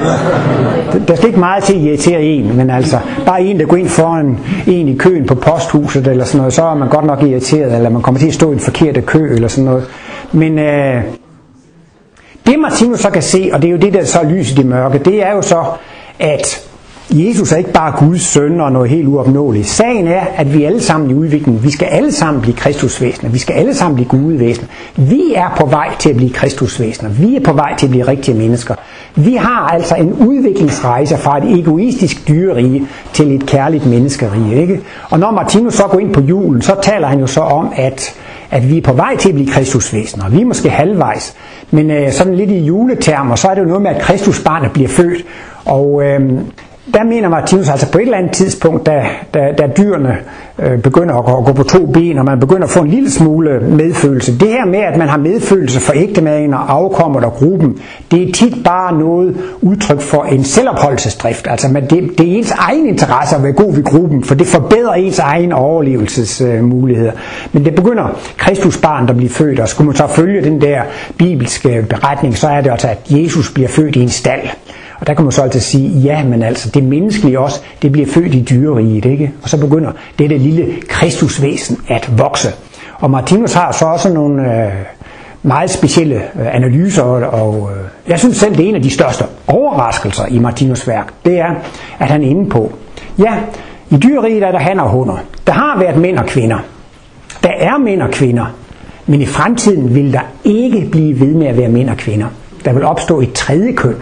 Der skal ikke meget til at irritere en, men altså bare en, der går ind foran en i køen på posthuset eller sådan noget, så er man godt nok irriteret, eller man kommer til at stå i en forkert kø eller sådan noget. Men øh, det Martinus så kan se, og det er jo det, der så er lyset i mørke, det er jo så, at Jesus er ikke bare Guds søn og noget helt uopnåeligt. Sagen er, at vi alle sammen i udviklingen, vi skal alle sammen blive Kristusvæsener. Vi skal alle sammen blive Gudevæsener. Vi er på vej til at blive Kristusvæsener. Vi er på vej til at blive rigtige mennesker. Vi har altså en udviklingsrejse fra et egoistisk dyrerige til et kærligt menneskerige. Ikke? Og når Martinus så går ind på julen, så taler han jo så om, at, at vi er på vej til at blive Kristusvæsener. Vi er måske halvvejs. Men øh, sådan lidt i juletermer, så er det jo noget med, at Kristusbarnet bliver født. Og øh, der mener Martinus altså på et eller andet tidspunkt, da, da, da dyrene øh, begynder at gå, at gå på to ben, og man begynder at få en lille smule medfølelse. Det her med, at man har medfølelse for ægtemanden og afkommet og gruppen, det er tit bare noget udtryk for en selvopholdelsesdrift. Altså man, det, det er ens egen interesse at være god ved gruppen, for det forbedrer ens egen overlevelsesmuligheder. Øh, Men det begynder Kristusbarnet at blive født, og skulle man så følge den der bibelske beretning, så er det altså, at Jesus bliver født i en stald. Og der kan man så altid sige, ja, men altså det menneskelige også, det bliver født i dyreriget, ikke? Og så begynder dette lille Kristusvæsen at vokse. Og Martinus har så også nogle øh, meget specielle øh, analyser, og, og øh, jeg synes selv, det er en af de største overraskelser i Martinus' værk, det er, at han er inde på, ja, i dyreriget er der hanner og hunder. Der har været mænd og kvinder. Der er mænd og kvinder, men i fremtiden vil der ikke blive ved med at være mænd og kvinder. Der vil opstå et tredje køn.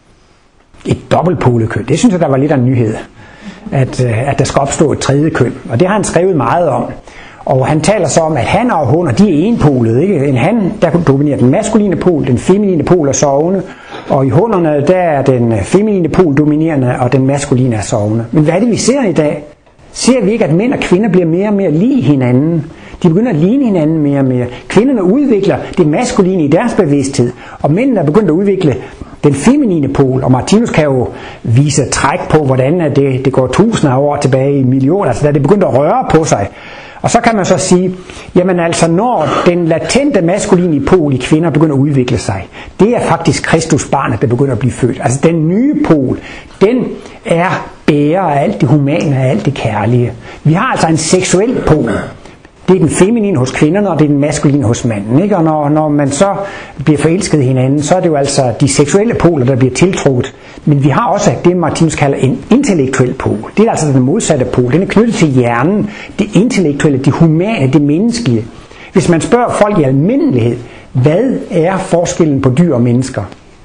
Et dobbeltpolet køn. Det synes jeg, der var lidt af en nyhed, at, at der skal opstå et tredje køn. Og det har han skrevet meget om. Og han taler så om, at hanner og hunder, de er enpolede. Ikke? En han, der dominerer den maskuline pol, den feminine pol er sovende. Og i hunderne, der er den feminine pol dominerende, og den maskuline er sovende. Men hvad er det, vi ser i dag? Ser vi ikke, at mænd og kvinder bliver mere og mere lige hinanden? De begynder at ligne hinanden mere og mere. Kvinderne udvikler det maskuline i deres bevidsthed, og mændene er begyndt at udvikle den feminine pol, og Martinus kan jo vise træk på, hvordan det, det går tusinder af år tilbage i millioner, altså da det begyndte at røre på sig. Og så kan man så sige, jamen altså når den latente maskuline pol i kvinder begynder at udvikle sig, det er faktisk Kristusbarnet, der begynder at blive født. Altså den nye pol, den er bærer af alt det humane, af alt det kærlige. Vi har altså en seksuel pol. Det er den feminine hos kvinderne, og det er den maskuline hos manden. Ikke? Og når, når man så bliver forelsket i hinanden, så er det jo altså de seksuelle poler, der bliver tiltrukket. Men vi har også det, Martinus kalder en intellektuel pol. Det er altså den modsatte pol. Den er knyttet til hjernen, det intellektuelle, det humane, det menneskelige. Hvis man spørger folk i almindelighed, hvad er forskellen på dyr og mennesker?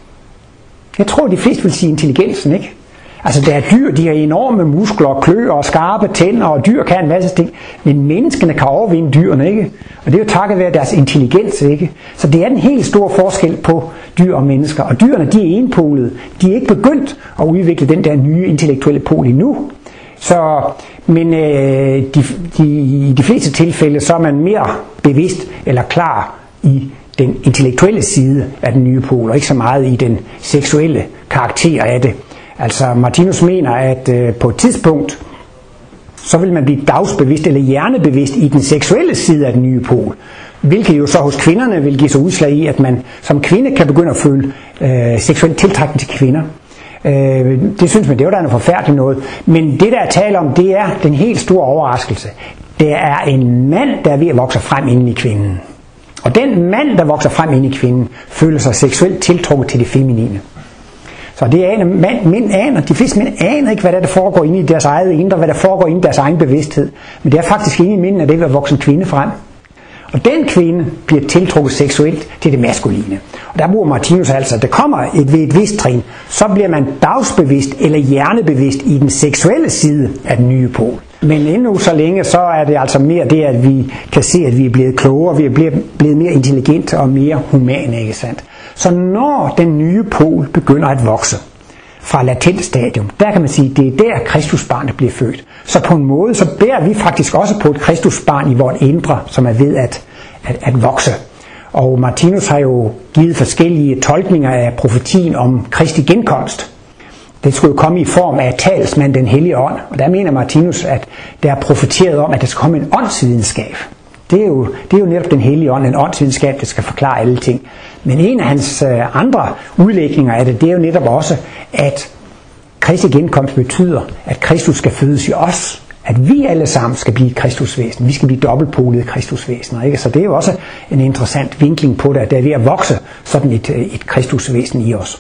Jeg tror, de fleste vil sige intelligensen, ikke? Altså der er dyr, de har enorme muskler, kløer og skarpe tænder, og dyr kan en masse ting. Men menneskene kan overvinde dyrene, ikke? Og det er jo takket være deres intelligens, ikke? Så det er en helt stor forskel på dyr og mennesker. Og dyrene, de er enpolede. De er ikke begyndt at udvikle den der nye intellektuelle pol endnu. Så, men øh, de, de, i de fleste tilfælde, så er man mere bevidst eller klar i den intellektuelle side af den nye pol, og ikke så meget i den seksuelle karakter af det. Altså Martinus mener, at øh, på et tidspunkt, så vil man blive dagsbevidst eller hjernebevidst i den seksuelle side af den nye pol. Hvilket jo så hos kvinderne vil give sig udslag i, at man som kvinde kan begynde at føle øh, seksuel tiltrækning til kvinder. Øh, det synes man, det er jo da noget forfærdeligt noget. Men det der er tale om, det er den helt store overraskelse. Det er en mand, der er ved at vokse frem inden i kvinden. Og den mand, der vokser frem inden i kvinden, føler sig seksuelt tiltrukket til det feminine. Så det er mænd, mænd aner, de fleste mænd aner ikke, hvad der, der foregår inde i deres eget indre, hvad der foregår inde i deres egen bevidsthed. Men det er faktisk inde i mændene, at det er ved at vokse en kvinde frem. Og den kvinde bliver tiltrukket seksuelt til det maskuline. Og der bruger Martinus altså, at der kommer et, ved et vist trin, så bliver man dagsbevidst eller hjernebevidst i den seksuelle side af den nye pol. Men endnu så længe, så er det altså mere det, at vi kan se, at vi er blevet klogere, vi er blevet, blevet mere intelligente og mere humane, ikke sandt? Så når den nye pol begynder at vokse fra latent stadium, der kan man sige, at det er der Kristusbarnet bliver født. Så på en måde, så bærer vi faktisk også på et Kristusbarn i vort indre, som er ved at, at, at vokse. Og Martinus har jo givet forskellige tolkninger af profetien om Kristi genkomst. Det skulle jo komme i form af talsmand, den hellige ånd. Og der mener Martinus, at der er profeteret om, at der skal komme en åndsvidenskab. Det er, jo, det er jo netop den hellige ånd, en åndsvidenskab, der skal forklare alle ting. Men en af hans øh, andre udlægninger af det, det er jo netop også, at Kristi genkomst betyder, at Kristus skal fødes i os. At vi alle sammen skal blive Kristusvæsen. Vi skal blive dobbeltpolede Kristusvæsener. Ikke? Så det er jo også en interessant vinkling på det, at der er ved at vokse sådan et, et Kristusvæsen i os.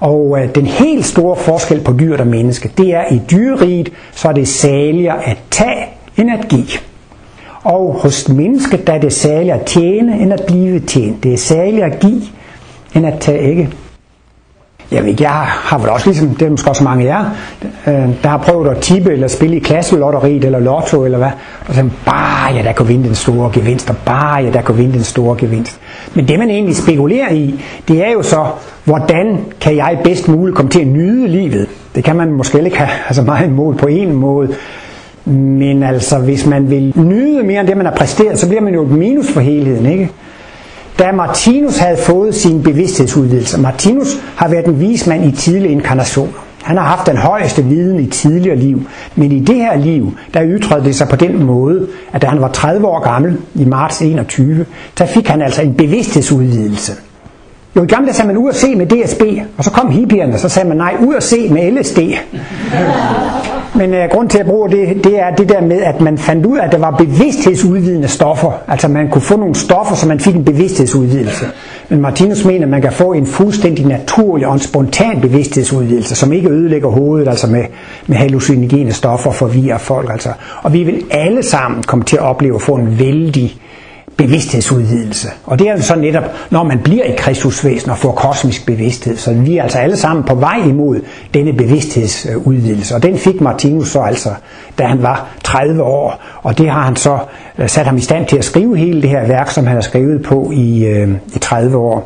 Og øh, den helt store forskel på dyr og menneske, det er i dyreriget, så er det saligere at tage end at give. Og hos mennesket, der er det saligere at tjene end at blive tjent. Det er saligere at give end at tage, ikke? Jeg ved ikke, jeg har vel også ligesom, det er måske også mange af jer, øh, der har prøvet at tippe eller spille i klasselotteriet eller lotto eller hvad, og så bare ja, der kunne vinde den store gevinst, og bare ja, der kunne vinde den store gevinst. Men det man egentlig spekulerer i, det er jo så, hvordan kan jeg bedst muligt komme til at nyde livet? Det kan man måske ikke have altså meget imod på en måde, men altså hvis man vil nyde mere end det man har præsteret, så bliver man jo et minus for helheden, ikke? Da Martinus havde fået sin bevidsthedsudvidelse, Martinus har været en vismand i tidlige inkarnationer. Han har haft den højeste viden i tidligere liv, men i det her liv, der ytrede det sig på den måde, at da han var tredive år gammel, i marts enogtyve, der fik han altså en bevidsthedsudvidelse. Jo, i gamle der sagde man ud at se med D S B, og så kom hippierne, og så sagde man nej, ud at se med L S D. Men uh, grund til at bruge det, det er det der med, at man fandt ud af, at der var bevidsthedsudvidende stoffer. Altså man kunne få nogle stoffer, så man fik en bevidsthedsudvidelse. Men Martinus mener, at man kan få en fuldstændig naturlig og en spontan bevidsthedsudvidelse, som ikke ødelægger hovedet, altså med, med hallucinogene stoffer og forvirrer folk. Altså. Og vi vil alle sammen komme til at opleve at få en vældig bevidsthedsudvidelse. Og det er så netop, når man bliver i Kristusvæsen og får kosmisk bevidsthed. Så vi er altså alle sammen på vej imod denne bevidsthedsudvidelse. Og den fik Martinus så altså, da han var tredive år. Og det har han så sat ham i stand til at skrive hele det her værk, som han har skrevet på i, øh, i tredive år.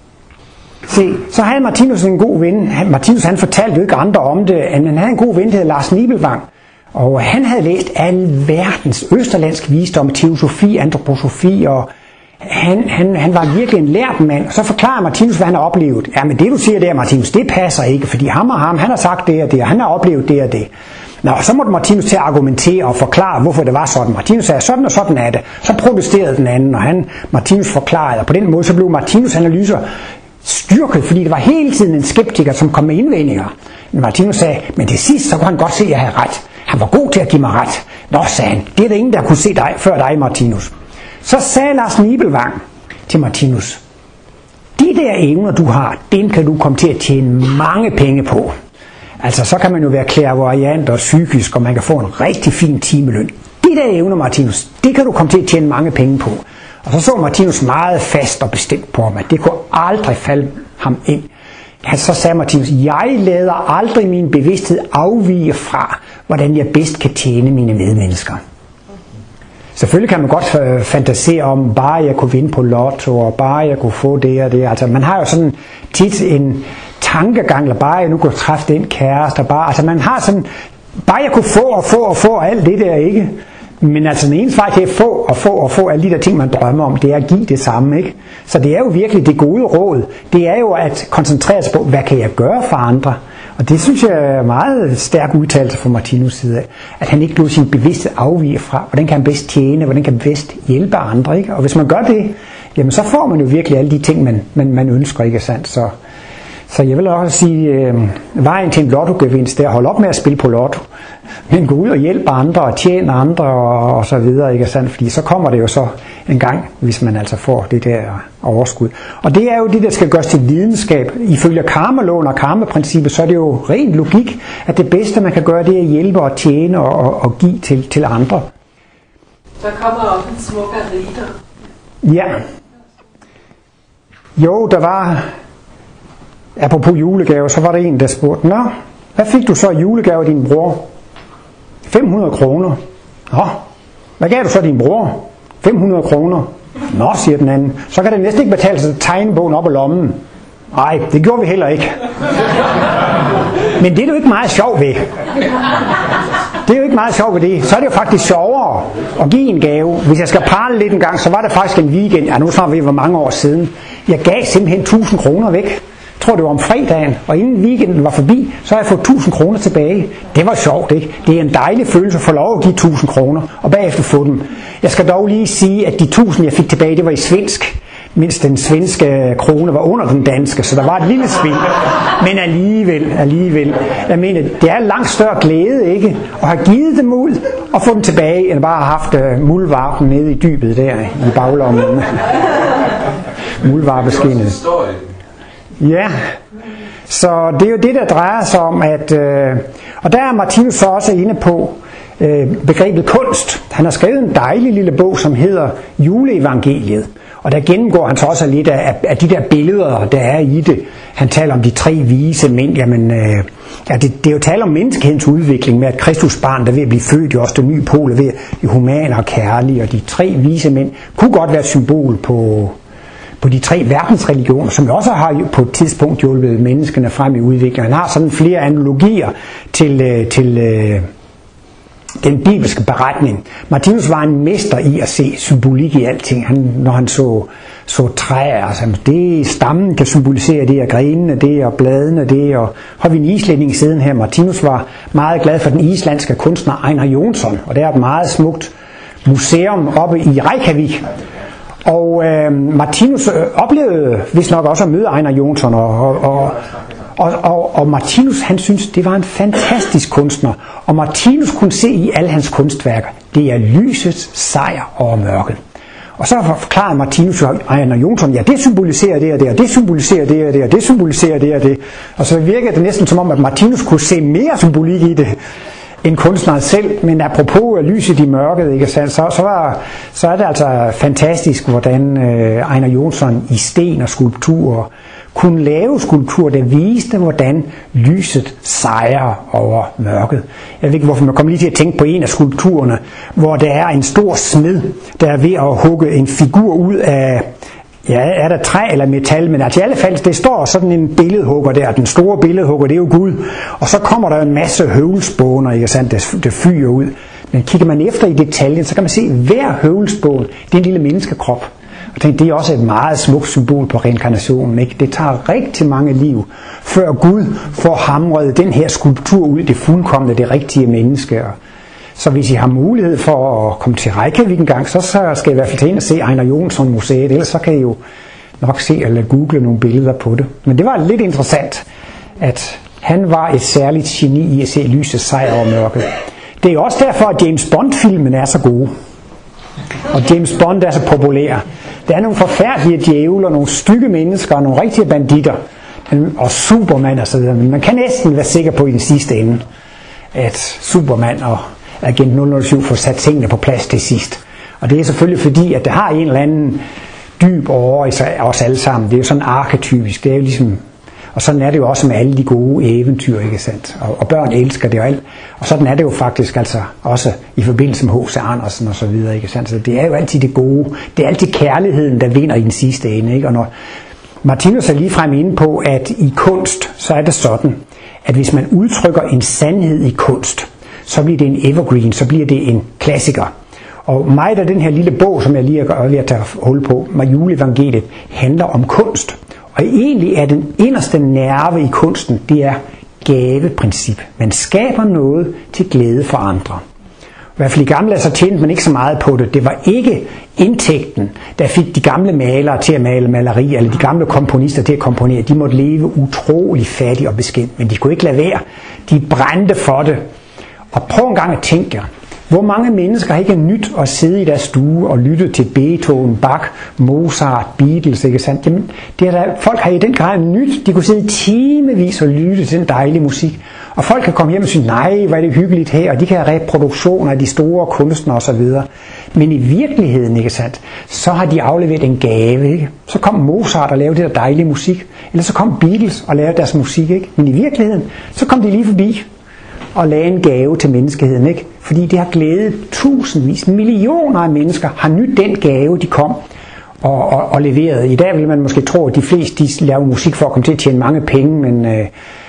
Se, så havde Martinus en god ven. Martinus han fortalte jo ikke andre om det, end han havde en god ven, der hed Lars Nibelvang. Og han havde læst alverdens østerlandsk visdom, teosofi, antroposofi, og han, han, han var virkelig en lært mand. Og så forklarer Martinus, hvad han har oplevet. Ja, men det du siger der, Martinus, det passer ikke, fordi ham og ham, han har sagt det og det, og han har oplevet det og det. Nå, så måtte Martinus til at argumentere og forklare, hvorfor det var sådan. Martinus sagde, sådan og sådan er det. Så protesterede den anden, og han, Martinus forklarede, og på den måde så blev Martinus' analyser styrket, fordi det var hele tiden en skeptiker, som kom med indvendinger. Men Martinus sagde, men til sidst, så kunne han godt se, at jeg havde ret. Han var god til at give mig ret. Nå, sagde han, det er der ingen, der kunne se dig før dig, Martinus. Så sagde Lars Nibelvang til Martinus, de der evner, du har, dem kan du komme til at tjene mange penge på. Altså, så kan man jo være clairvoyant og psykisk, og man kan få en rigtig fin timeløn. De der evner, Martinus, det kan du komme til at tjene mange penge på. Og så så Martinus meget fast og bestemt på ham, at det kunne aldrig falde ham ind. Så sagde Martinus, jeg lader aldrig min bevidsthed afvige fra, hvordan jeg bedst kan tjene mine medmennesker. Selvfølgelig kan man godt fantasere om, bare jeg kunne vinde på lotto, og bare jeg kunne få det og det. Altså man har jo sådan tit en tankegang, eller bare jeg nu kunne træffe den kæreste, bare, altså man har sådan, bare jeg kunne få og få og få alt det der, ikke? Men altså den eneste vej til at få og få og få alle de der ting, man drømmer om, det er at give det samme, ikke? Så det er jo virkelig det gode råd. Det er jo at koncentrere sig på, hvad kan jeg gøre for andre? Og det synes jeg er meget stærk udtalelse fra Martinus' side af, at han ikke lod sin bevidsthed afvige fra, hvordan kan han bedst tjene, hvordan kan han bedst hjælpe andre, ikke? Og hvis man gør det, jamen så får man jo virkelig alle de ting, man, man, man ønsker, ikke sandt? Så, så jeg vil også sige, øh, vejen til en lottogevinst, det er at holde op med at spille på lotto. Men gå ud og hjælpe andre og tjene andre og, og så videre, ikke sandt? Fordi så kommer det jo så en gang, hvis man altså får det der overskud. Og det er jo det, der skal gøres til videnskab. Ifølge karmaloven og karmaprincippet, så er det jo ren logik, at det bedste, man kan gøre, det er at hjælpe og tjene og, og, og give til, til andre. Der kommer også en smuk Rita. Ja. Jo, der var, apropos julegave, så var der en, der spurgte, nå, hvad fik du så i julegave af din bror? fem hundrede kroner. Nå, hvad gav du så din bror? fem hundrede kroner. Nå, siger den anden. Så kan det næsten ikke betale sig at tegne bogen op i lommen. Nej, det gjorde vi heller ikke. Men det er jo ikke meget sjovt ved. Det er jo ikke meget sjovt ved det. Så er det jo faktisk sjovere at give en gave. Hvis jeg skal prale lidt en gang, så var det faktisk en weekend. Ja, nu snakker vi hvor mange år siden. Jeg gav simpelthen tusind kroner væk. Jeg tror det var om fredagen, og inden weekenden var forbi, så har jeg fået tusind kroner tilbage. Det var sjovt, ikke? Det er en dejlig følelse at få lov at give tusind kroner, og bagefter få dem. Jeg skal dog lige sige, at de tusind jeg fik tilbage, det var i svensk, mens den svenske krone var under den danske, så der var et lille sving. Men alligevel, alligevel, jeg mener, det er langt større glæde, ikke? At have givet dem ud, og få dem tilbage, end bare at have haft uh, muldvarpen nede i dybet der, i baglommen. Muldvarpeskinnet. Ja, Så det er jo det, der drejer sig om, at, øh, og der er Martinus så også inde på øh, begrebet kunst. Han har skrevet en dejlig lille bog, som hedder Juleevangeliet. Og der gennemgår han så også lidt af, af de der billeder, der er i det. Han taler om de tre vise mænd. Jamen, øh, ja, det, det er jo tale om menneskehedens udvikling med, at Kristus barn, der er ved at blive født, jo også det nye pol, er ved at blive human og kærlig. Og de tre vise mænd kunne godt være et symbol på, på de tre verdensreligioner, som også har på et tidspunkt hjulpet menneskene frem i udviklingen. Han har sådan flere analogier til, til øh, den bibelske beretning. Martinus var en mester i at se symbolik i alting. Han, når han så, så træer, altså det stammen kan symbolisere det, og grenene det, og bladene det, og har vi en islænding siden her. Martinus var meget glad for den islandske kunstner Einar Jónsson, og der er et meget smukt museum oppe i Reykjavik. Og øh, Martinus øh, oplevede vist nok også at møde Einar Jónsson, og, og, og Og, og, og Martinus, han synes, det var en fantastisk kunstner. Og Martinus kunne se i alle hans kunstværker, det er lysets sejr over mørket. Og så forklarede Martinus og Einar Jónsson, ja, det symboliserer det og det, og det symboliserer det og det, og det symboliserer det og det. Og så virkede det næsten som om, at Martinus kunne se mere symbolik i det, end kunstneren selv. Men apropos lyset i mørket, ikke sandt, så, så, var, så er det altså fantastisk, hvordan øh, Einar Jónsson i sten og skulpturer kunne lave skulpturer, der viste, hvordan lyset sejrer over mørket. Jeg ved ikke, hvorfor man kommer lige til at tænke på en af skulpturerne, hvor der er en stor smed, der er ved at hugge en figur ud af, ja, er der træ eller metal, men altså i alle fald, det står sådan en billedhugger der, den store billedhugger, det er jo Gud, og så kommer der en masse høvlspåner, ikke sandt, der, der fyrer ud. Men kigger man efter i detaljen, så kan man se, at hver høvlspån, det er en lille menneskekrop. Og det er også et meget smukt symbol på reinkarnationen, ikke? Det tager rigtig mange liv, før Gud får hamret den her skulptur ud, det fuldkomne, det rigtige menneske. Så hvis I har mulighed for at komme til Reykjavik en gang, så skal I i hvert fald tage ind og se Einar Jónsson museet, ellers så kan I jo nok se eller google nogle billeder på det. Men det var lidt interessant, at han var et særligt geni i at se lysets sejr over mørket. Det er jo også derfor, at James Bond-filmen er så gode. Og James Bond er så populær. Der er nogle forfærdelige djævler, nogle stygge mennesker og nogle rigtige banditter. Og Superman og så videre. Men man kan næsten være sikker på i den sidste ende, at Superman og Agent nul nul syv får sat tingene på plads til sidst. Og det er selvfølgelig fordi, at det har en eller anden dyb over i os alle sammen. Det er jo sådan arketypisk. Det er jo ligesom, og sådan er det jo også med alle de gode eventyr, ikke sandt? Og, og børn elsker det jo alt. Og sådan er det jo faktisk altså også i forbindelse med H C Andersen og så videre, ikke sandt? Så det er jo altid det gode. Det er altid kærligheden, der vinder i den sidste ende, ikke? Og når Martinus er ligefrem inde på, at i kunst, så er det sådan, at hvis man udtrykker en sandhed i kunst, så bliver det en evergreen, så bliver det en klassiker. Og meget af den her lille bog, som jeg lige er ved at tage hul på, med Juleevangeliet, handler om kunst. Og egentlig er den inderste nerve i kunsten, det er gaveprincip. Man skaber noget til glæde for andre. I hvert fald i gamle dage så tjente man ikke så meget på det. Det var ikke indtægten, der fik de gamle malere til at male maleri, eller de gamle komponister til at komponere. De måtte leve utrolig fattigt og beskidt, men de kunne ikke lade være. De brændte for det. Og prøv en gang at tænke jer, hvor mange mennesker har ikke nyt at sidde i deres stue og lytte til Beethoven, Bach, Mozart, Beatles, ikke sandt? Jamen, det er der, folk har i den grad nyt. De kunne sidde timevis og lytte til den dejlige musik. Og folk kan komme hjem og sige, nej, hvor er det hyggeligt her, og de kan have reproduktioner af de store kunstnere osv. Men i virkeligheden, ikke sandt, så har de afleveret en gave, ikke? Så kom Mozart og lavede det der dejlige musik, eller så kom Beatles og lavede deres musik, ikke? Men i virkeligheden, så kom de lige forbi og lagde en gave til menneskeheden, ikke? Fordi det har glædet tusindvis, millioner af mennesker, har nyt den gave, de kom og, og, og leverede. I dag vil man måske tro, at de fleste de laver musik for at komme til at tjene mange penge, men, øh,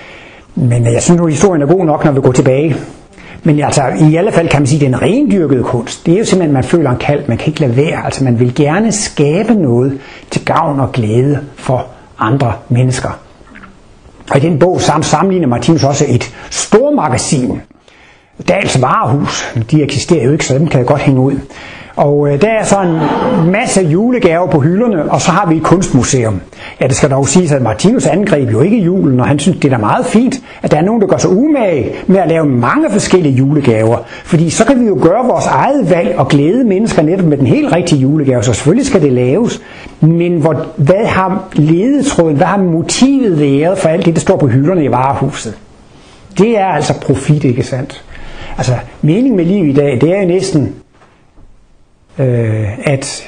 men jeg synes nu, at historien er god nok, når vi går tilbage. Men altså, i alle fald kan man sige, at den rendyrkede kunst, det er jo simpelthen, at man føler en kald, man kan ikke lade være. Altså, man vil gerne skabe noget til gavn og glæde for andre mennesker. Og i den bog sammenligner Martinus også et stormagasin. Dahls varehus, de eksisterer jo ikke, så dem kan jeg godt hænge ud. Og øh, der er så en masse julegaver på hylderne, og så har vi et kunstmuseum. Ja, det skal dog siges, at Martinus angreb jo ikke julen, og han synes, det er da meget fint, at der er nogen, der går så umage med at lave mange forskellige julegaver. Fordi så kan vi jo gøre vores eget valg og glæde mennesker netop med den helt rigtige julegave, så selvfølgelig skal det laves. Men hvor, hvad har ledetråden, hvad har motivet været for alt det, der står på hylderne i varehuset? Det er altså profit, ikke sandt? Altså, meningen med liv i dag, det er jo næsten, øh, at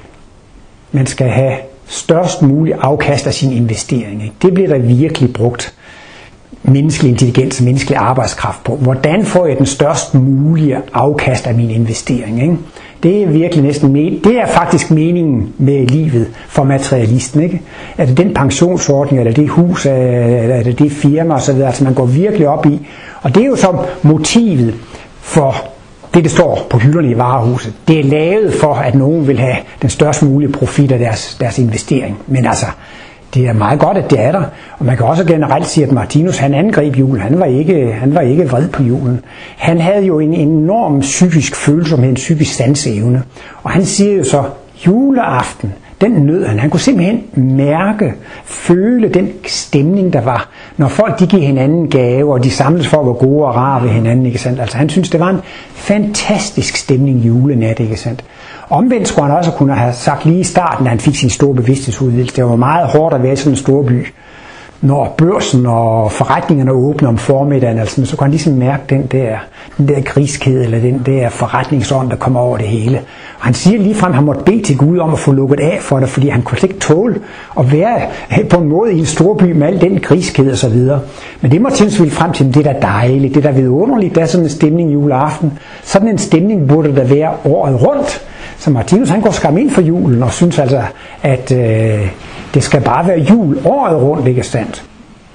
man skal have størst mulig afkast af sin investering. Ikke? Det bliver der virkelig brugt menneskelig intelligens og menneskelig arbejdskraft på. Hvordan får jeg den størst mulige afkast af min investering? Ikke? Det er virkelig næsten det er faktisk meningen med livet for materialisten. Ikke? Er det den pensionsordning, eller det hus, eller det det firma osv., altså man går virkelig op i. Og det er jo så motivet for det, der står på hylderne i varehuset. Det er lavet for, at nogen vil have den størst mulige profit af deres, deres investering. Men altså, det er meget godt, at det er der. Og man kan også generelt sige, at Martinus, han angreb julen. Han var ikke, han var ikke vred på julen. Han havde jo en enorm psykisk følsomhed, en psykisk sanseevne. Og han siger jo så, juleaften, den nød han. Han kunne simpelthen mærke, føle den stemning, der var, når folk de giver hinanden gaver, og de samles for at være gode og rare ved hinanden, ikke sandt? Altså han synes, det var en fantastisk stemning julenat, ikke sandt? Omvendt skulle han også kunne have sagt lige i starten, da han fik sin store bevidsthedsudvidelse. Det var meget hårdt at være i sådan en stor by. Når børsen og forretningerne åbner om formiddagen, altså, så kan han ligesom mærke den der, den der griskhed, eller den der forretningsånd, der kommer over det hele. Og han siger ligefrem, at han måtte bede til Gud om at få lukket af for det, fordi han kunne slet ikke tåle at være på en måde i en stor by med al den griskhed og så videre. Men det må tilsvile frem til, det der dejligt, det der vidunderligt, der er sådan en stemning juleaften. Sådan en stemning burde der være året rundt. Så Martinus, han går skam ind for julen og synes altså, at øh, det skal bare være jul året rundt, ikke sandt?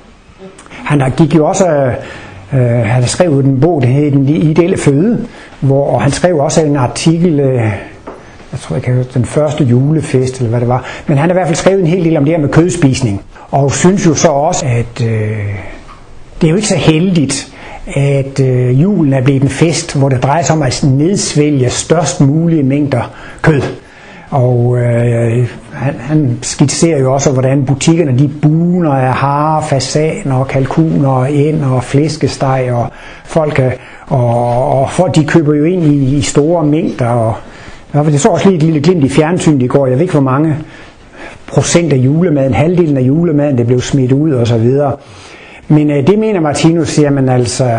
Han gik jo også, øh, han har skrevet en bog, der hedder Den ideelle føde, hvor og han skrev også en artikel, øh, jeg tror ikke, den første julefest, eller hvad det var, men han har i hvert fald skrevet en hel del om det her med kødspisning, og synes jo så også, at øh, det er jo ikke så heldigt, at øh, julen er blevet en fest, hvor det drejer sig om at nedsvælge størst mulige mængder kød. Og øh, han, han skitserer jo også, hvordan butikkerne de buner af harer, fasaner og kalkuner og ænder og flæskesteg, og folk, og, og folk de køber jo ind i, i store mængder. Og, og det så også lige et lille glimt i fjernsynet i går. Jeg ved ikke, hvor mange procent af julemaden, halvdelen af julemaden, det blev smidt ud og så videre. Men øh, det mener Martinus, siger man altså,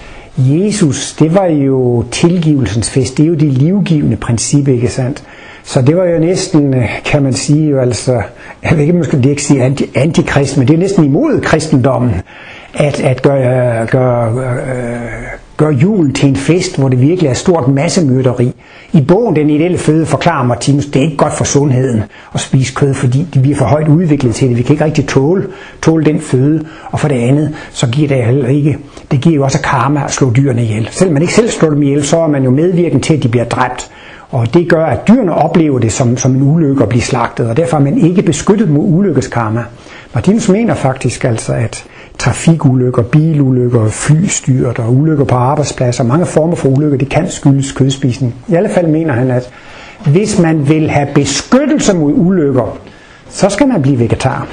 Jesus, det var jo tilgivelsens fest, det er jo det livgivende princip, ikke sandt? Så det var jo næsten, kan man sige, jo altså, jeg ved ikke, måske det ikke sige anti, antikrist, men det er næsten imod kristendommen, at, at gøre, gøre, øh, gøre julen til en fest, hvor det virkelig er stort massemyrderi. I bogen Den ideelle føde forklarer Martinus, det er ikke godt for sundheden at spise kød, fordi vi er for højt udviklet til det. Vi kan ikke rigtig tåle, tåle den føde. Og for det andet, så giver det heller ikke, det giver jo også karma at slå dyrene ihjel. Selvom man ikke selv slår dem ihjel, så er man jo medvirkende til, at de bliver dræbt. Og det gør, at dyrene oplever det som, som en ulykke at blive slagtet, og derfor er man ikke beskyttet mod ulykkeskarma. Martinus mener faktisk altså, at trafikulykker, bilulykker, flystyrt og ulykker på arbejdspladser, mange former for ulykker, det kan skyldes kødspisning. I alle fald mener han, at hvis man vil have beskyttelse mod ulykker, så skal man blive vegetar.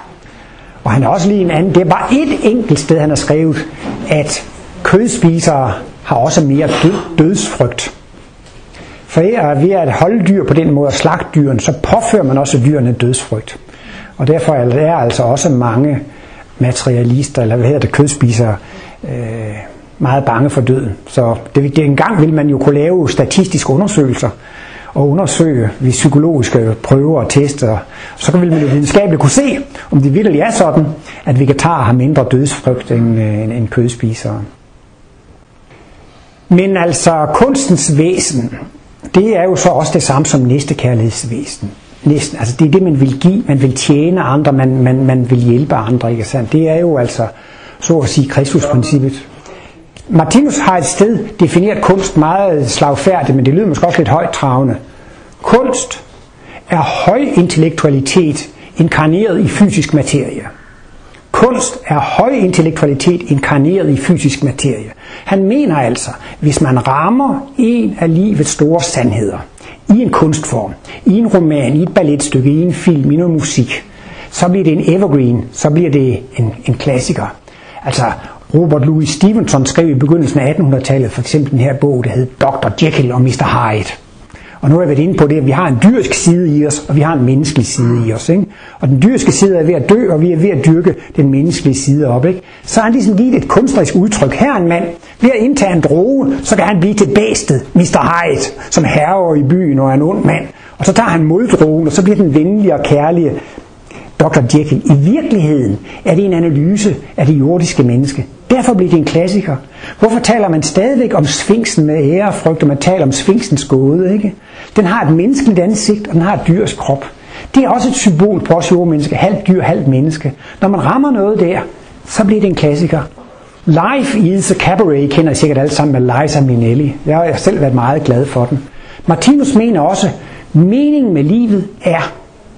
Og han har også lige en anden, det er bare et enkelt sted, han har skrevet, at kødspisere har også mere død, dødsfrygt. For ved at holde dyr på den måde og slagte dyrene, så påfører man også dyrene dødsfrygt. Og derfor er altså også mange materialister, eller hvad hedder det, kødspisere, øh, meget bange for døden. Så det, det engang vil man jo kunne lave statistiske undersøgelser, og undersøge ved psykologiske prøver og tester. Så vil man jo videnskabeligt kunne se, om det virkelig er sådan, at vegetarer har mindre dødsfrygt end, end, end kødspisere. Men altså kunstens væsen, det er jo så også det samme som næstekærlighedsvæsen. Næsten, altså det er det, man vil give, man vil tjene andre, man, man, man vil hjælpe andre, ikke sandt? Det er jo altså, så at sige, Kristusprincippet. Martinus har et sted defineret kunst meget slagfærdigt, men det lyder måske også lidt højtravende. Kunst er høj intellektualitet inkarneret i fysisk materie. Kunst er høj intellektualitet inkarneret i fysisk materie. Han mener altså, hvis man rammer en af livets store sandheder, i en kunstform, i en roman, i et balletstykke, i en film, i noget musik, så bliver det en evergreen, så bliver det en, en klassiker. Altså Robert Louis Stevenson skrev i begyndelsen af attenhundredetallet for eksempel den her bog, der hed doktor Jekyll og mister Hyde. Og nu har jeg været inde på det, at vi har en dyrisk side i os, og vi har en menneskelig side i os. Ikke? Og den dyriske side er ved at dø, og vi er ved at dyrke den menneskelige side op. Ikke? Så har han ligesom givet et kunstnerisk udtryk. Her er en mand, ved at indtage en droge, så kan han blive til bæstet, mister Hyde, som herrer i byen og er en ond mand. Og så tager han moddrogen, og så bliver den venlige og kærlige doktor Jekyll. I virkeligheden er det en analyse af det jordiske menneske. Derfor bliver det en klassiker. Hvorfor taler man stadigvæk om sfinksen med ære og frygt, og man taler om sfinksens gåde, ikke? Den har et menneskeligt ansigt, og den har et dyrs krop. Det er også et symbol på os jordmennesker, halvt dyr, halvt menneske. Når man rammer noget der, så bliver det en klassiker. Life is a Cabaret kender I sikkert alle sammen med Liza Minnelli. Jeg har selv været meget glad for den. Martinus mener også, meningen med livet er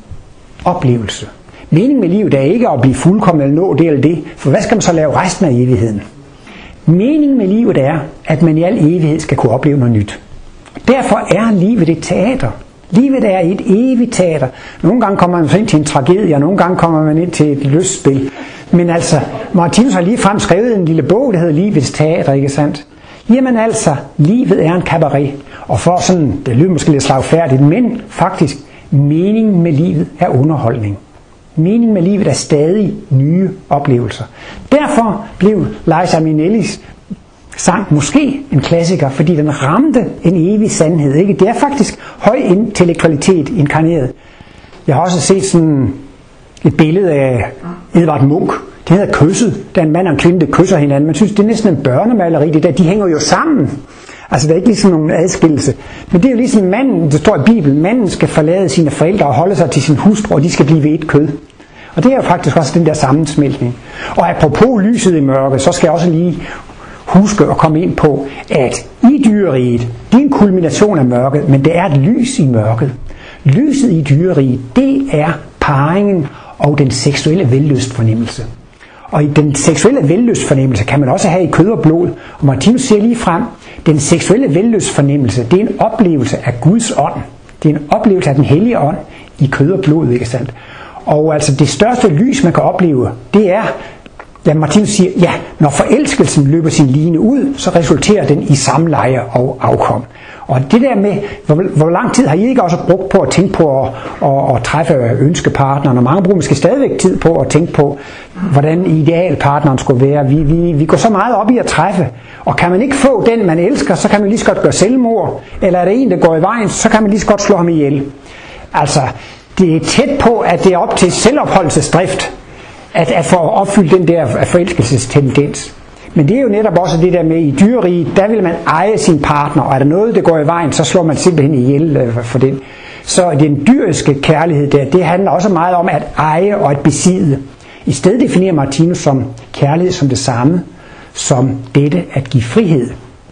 oplevelse. Meningen med livet er ikke at blive fuldkommen eller nå det eller det, for hvad skal man så lave resten af evigheden? Meningen med livet er, at man i al evighed skal kunne opleve noget nyt. Derfor er livet et teater. Livet er et evigt teater. Nogle gange kommer man ind til en tragedie, og nogle gange kommer man ind til et lystspil. Men altså, Martinus har lige frem skrevet en lille bog, der hedder Livets Teater, ikke sandt? Jamen altså, livet er en cabaret. Og for sådan, det lyder måske lidt slagfærdigt, men faktisk, meningen med livet er underholdning. Meningen med livet er stadig nye oplevelser. Derfor blev Liza Minnellis sang måske en klassiker, fordi den ramte en evig sandhed. Ikke? Det er faktisk høj intellektualitet inkarneret. Jeg har også set sådan et billede af Edvard Munch. Det hedder Kysset. Der er en mand og en kvinde, der kysser hinanden. Man synes, det er næsten en børnemaleri. Det der. De hænger jo sammen. Altså der er ikke ligesom nogen adskillelse. Men det er jo ligesom manden, der står i Bibelen, manden skal forlade sine forældre og holde sig til sin hustru, og de skal blive ved et kød. Og det er jo faktisk også den der sammensmeltning. Og apropos lyset i mørket, så skal jeg også lige huske at komme ind på, at i dyreriget, det er en kulmination af mørket, men det er et lys i mørket. Lyset i dyreriget, det er parringen og den seksuelle vellystfornemmelse. Og i den seksuelle vellystfornemmelse kan man også have i kød og blod. Og Martinus siger lige frem, den seksuelle vellystfornemmelse, det er en oplevelse af Guds ånd. Det er en oplevelse af den hellige ånd i kød og blod, ikke sandt? Og altså det største lys, man kan opleve, det er, ja, Martinus siger, ja, når forelskelsen løber sin line ud, så resulterer den i samleje og afkom. Og det der med, hvor, hvor lang tid har I ikke også brugt på at tænke på at, at, at træffe ønskepartneren? Og mange bruger måske stadigvæk tid på at tænke på, hvordan idealpartneren skulle være. Vi, vi, vi går så meget op i at træffe. Og kan man ikke få den, man elsker, så kan man lige så godt gøre selvmord. Eller er der en, der går i vejen, så kan man lige så godt slå ham ihjel. Altså, det er tæt på, at det er op til selvopholdelsesdrift, at, at få opfyldt den der forelskelsestendens. Men det er jo netop også det der med i dyreriget, der vil man eje sin partner, og er der noget, der går i vejen, så slår man simpelthen ihjel for den. Så den dyriske kærlighed der, det handler også meget om at eje og at besidde. I stedet definerer Martinus som kærlighed som det samme, som dette at give frihed.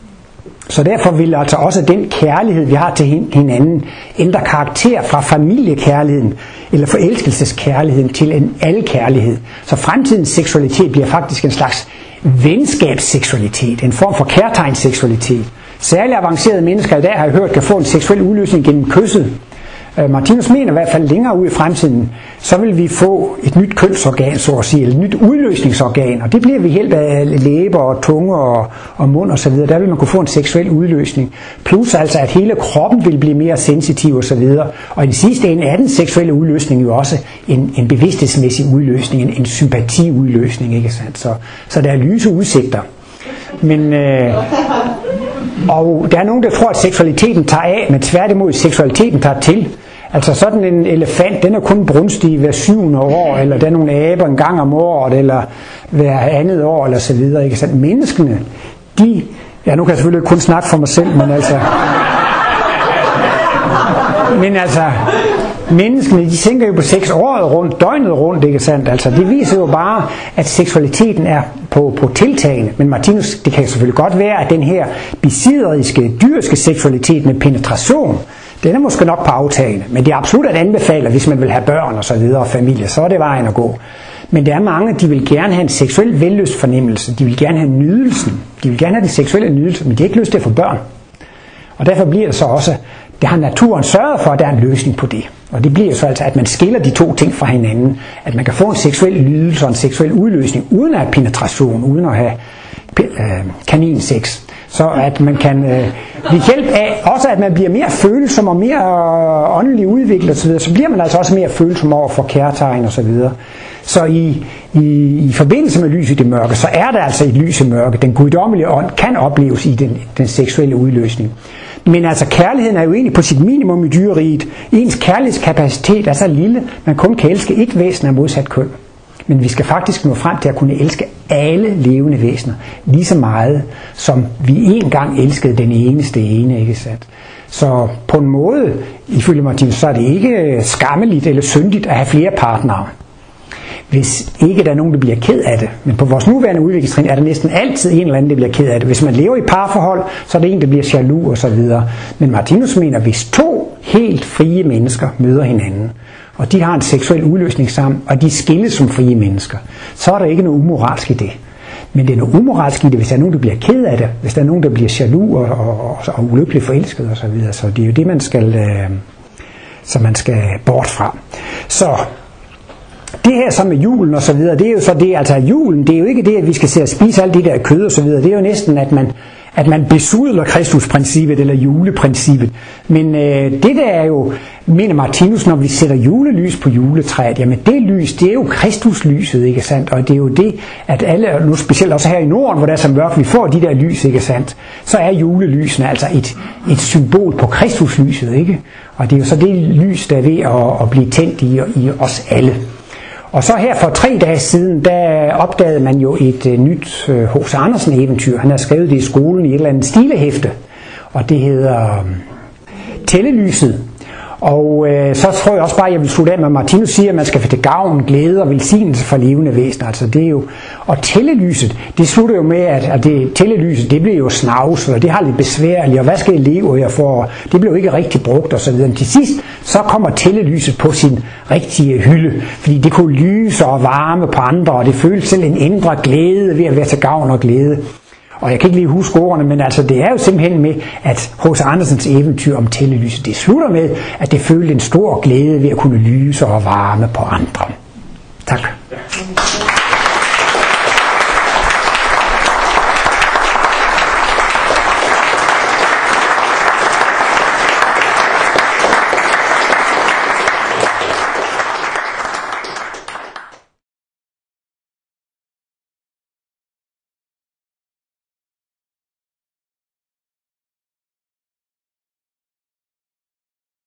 Så derfor vil altså også den kærlighed, vi har til hinanden, ændre karakter fra familiekærligheden eller forelskelseskærligheden til en alkærlighed. Så fremtidens seksualitet bliver faktisk en slags venskabsseksualitet, en form for kærtegnsseksualitet. Særligt avancerede mennesker i dag, har jeg hørt, kan få en seksuel udløsning gennem kysset. Martinus mener i hvert fald længere ud i fremtiden, så vil vi få et nyt kønsorgan, så at sige, eller et nyt udløsningsorgan, og det bliver ved hjælp af læber og tunge og, og mund og så videre. Der vil man kunne få en seksuel udløsning. Plus altså, at hele kroppen vil blive mere sensitiv og så videre. Og i den sidste ende er den seksuelle udløsning jo også en, en bevidsthedsmæssig udløsning, en, en sympatiudløsning, ikke sandt? Så, så der er lyse udsigter. Men... Øh, Og der er nogen, der tror, at seksualiteten tager af, men tværtimod seksualiteten tager til. Altså sådan en elefant, den er kun brunstig hver syvende år, eller der er nogle aber en gang om året, eller hver andet år, eller så videre. Ikke? Så menneskene, de... Ja, nu kan jeg selvfølgelig kun snakke for mig selv, men altså... Men altså... Menneskene, de tænker jo på sex året rundt, døgnet rundt, ikke sandt? Altså, det viser jo bare, at seksualiteten er på, på tiltagende. Men Martinus, det kan selvfølgelig godt være, at den her besidderiske, dyriske seksualitet med penetration, den er måske nok på aftagende. Men det er absolut at anbefale, hvis man vil have børn og så videre og familie, så er det vejen at gå. Men der er mange, de vil gerne have en seksuel vellystfornemmelse, de vil gerne have nydelsen, de vil gerne have den seksuelle nydelse, men de har ikke lyst til at få børn. Og derfor bliver det så også det har naturen sørget for, at der er en løsning på det. Og det bliver så altså, at man skiller de to ting fra hinanden. At man kan få en seksuel lidelse og en seksuel udløsning, uden at have penetration, uden at have øh, kaninsex. Så at man kan øh, blive hjælp af, også at man bliver mere følsom og mere øh, åndelig udviklet osv., så bliver man altså også mere følsom over for kærtegn osv. Så i, i, i forbindelse med lys i det mørke, så er der altså et lys i mørke. Den guddommelige ånd kan opleves i den, den seksuelle udløsning. Men altså kærligheden er jo egentlig på sit minimum i dyreriget. Ens kærlighedskapacitet er så lille, man kun kan elske et væsen af modsat køn. Men vi skal faktisk nå frem til at kunne elske alle levende væsener lige så meget, som vi engang elskede den eneste ene, ikke sandt? Så på en måde, ifølge Martinus, så er det ikke skammeligt eller syndigt at have flere partnere. Hvis ikke der er nogen, der bliver ked af det. Men på vores nuværende udviklingstrin er der næsten altid en eller anden, der bliver ked af det. Hvis man lever i parforhold, så er det en, der bliver jaloux og så videre. Men Martinus mener, hvis to helt frie mennesker møder hinanden, og de har en seksuel udløsning sammen, og de skilles som frie mennesker, så er der ikke noget umoralsk i det. Men det er noget umoralsk i det, hvis der er nogen, der bliver ked af det, hvis der er nogen, der bliver jaloux og, og, og, og ulykkeligt forelsket og så videre. Så det er jo det, man skal, øh, så man skal bort fra. Så det her så med julen og så videre, det er jo så det, altså julen, det er jo ikke det, at vi skal se og spise alt det der kød og så videre. Det er jo næsten, at man, at man besudler Kristusprincippet eller juleprincippet. Men øh, det der er jo, mener Martinus, når vi sætter julelys på juletræet, jamen det lys, det er jo Kristuslyset, ikke sandt? Og det er jo det, at alle, nu specielt også her i Norden, hvor der er så mørkt, vi får de der lys, ikke sandt? Så er julelysene altså et, et symbol på Kristuslyset, ikke? Og det er jo så det lys, der er ved at, at blive tændt i, i os alle. Og så her for tre dage siden, der opdagede man jo et uh, nyt H C uh, Andersen eventyr. Han har skrevet det i skolen i et eller andet stilehæfte, og det hedder um, Tællelyset. Og øh, så tror jeg også bare, at jeg vil slutte af med, at Martinus siger, at man skal få til gavn, glæde og velsignelse for levende væsener. Altså det er jo, og tællelyset, det slutter jo med, at, at det, tællelyset, det bliver jo snavs, og det har lidt besværligt, og hvad skal jeg leve her for? Det bliver jo ikke rigtig brugt og så videre. Men til sidst, så kommer tællelyset på sin rigtige hylde, fordi det kunne lyse og varme på andre, og det føles selv en indre glæde ved at være til gavn og glæde. Og jeg kan ikke lige huske ordene, men altså det er jo simpelthen med, at H C Andersens eventyr om tællelyset, det slutter med, at det følte en stor glæde ved at kunne lyse og varme på andre. Tak.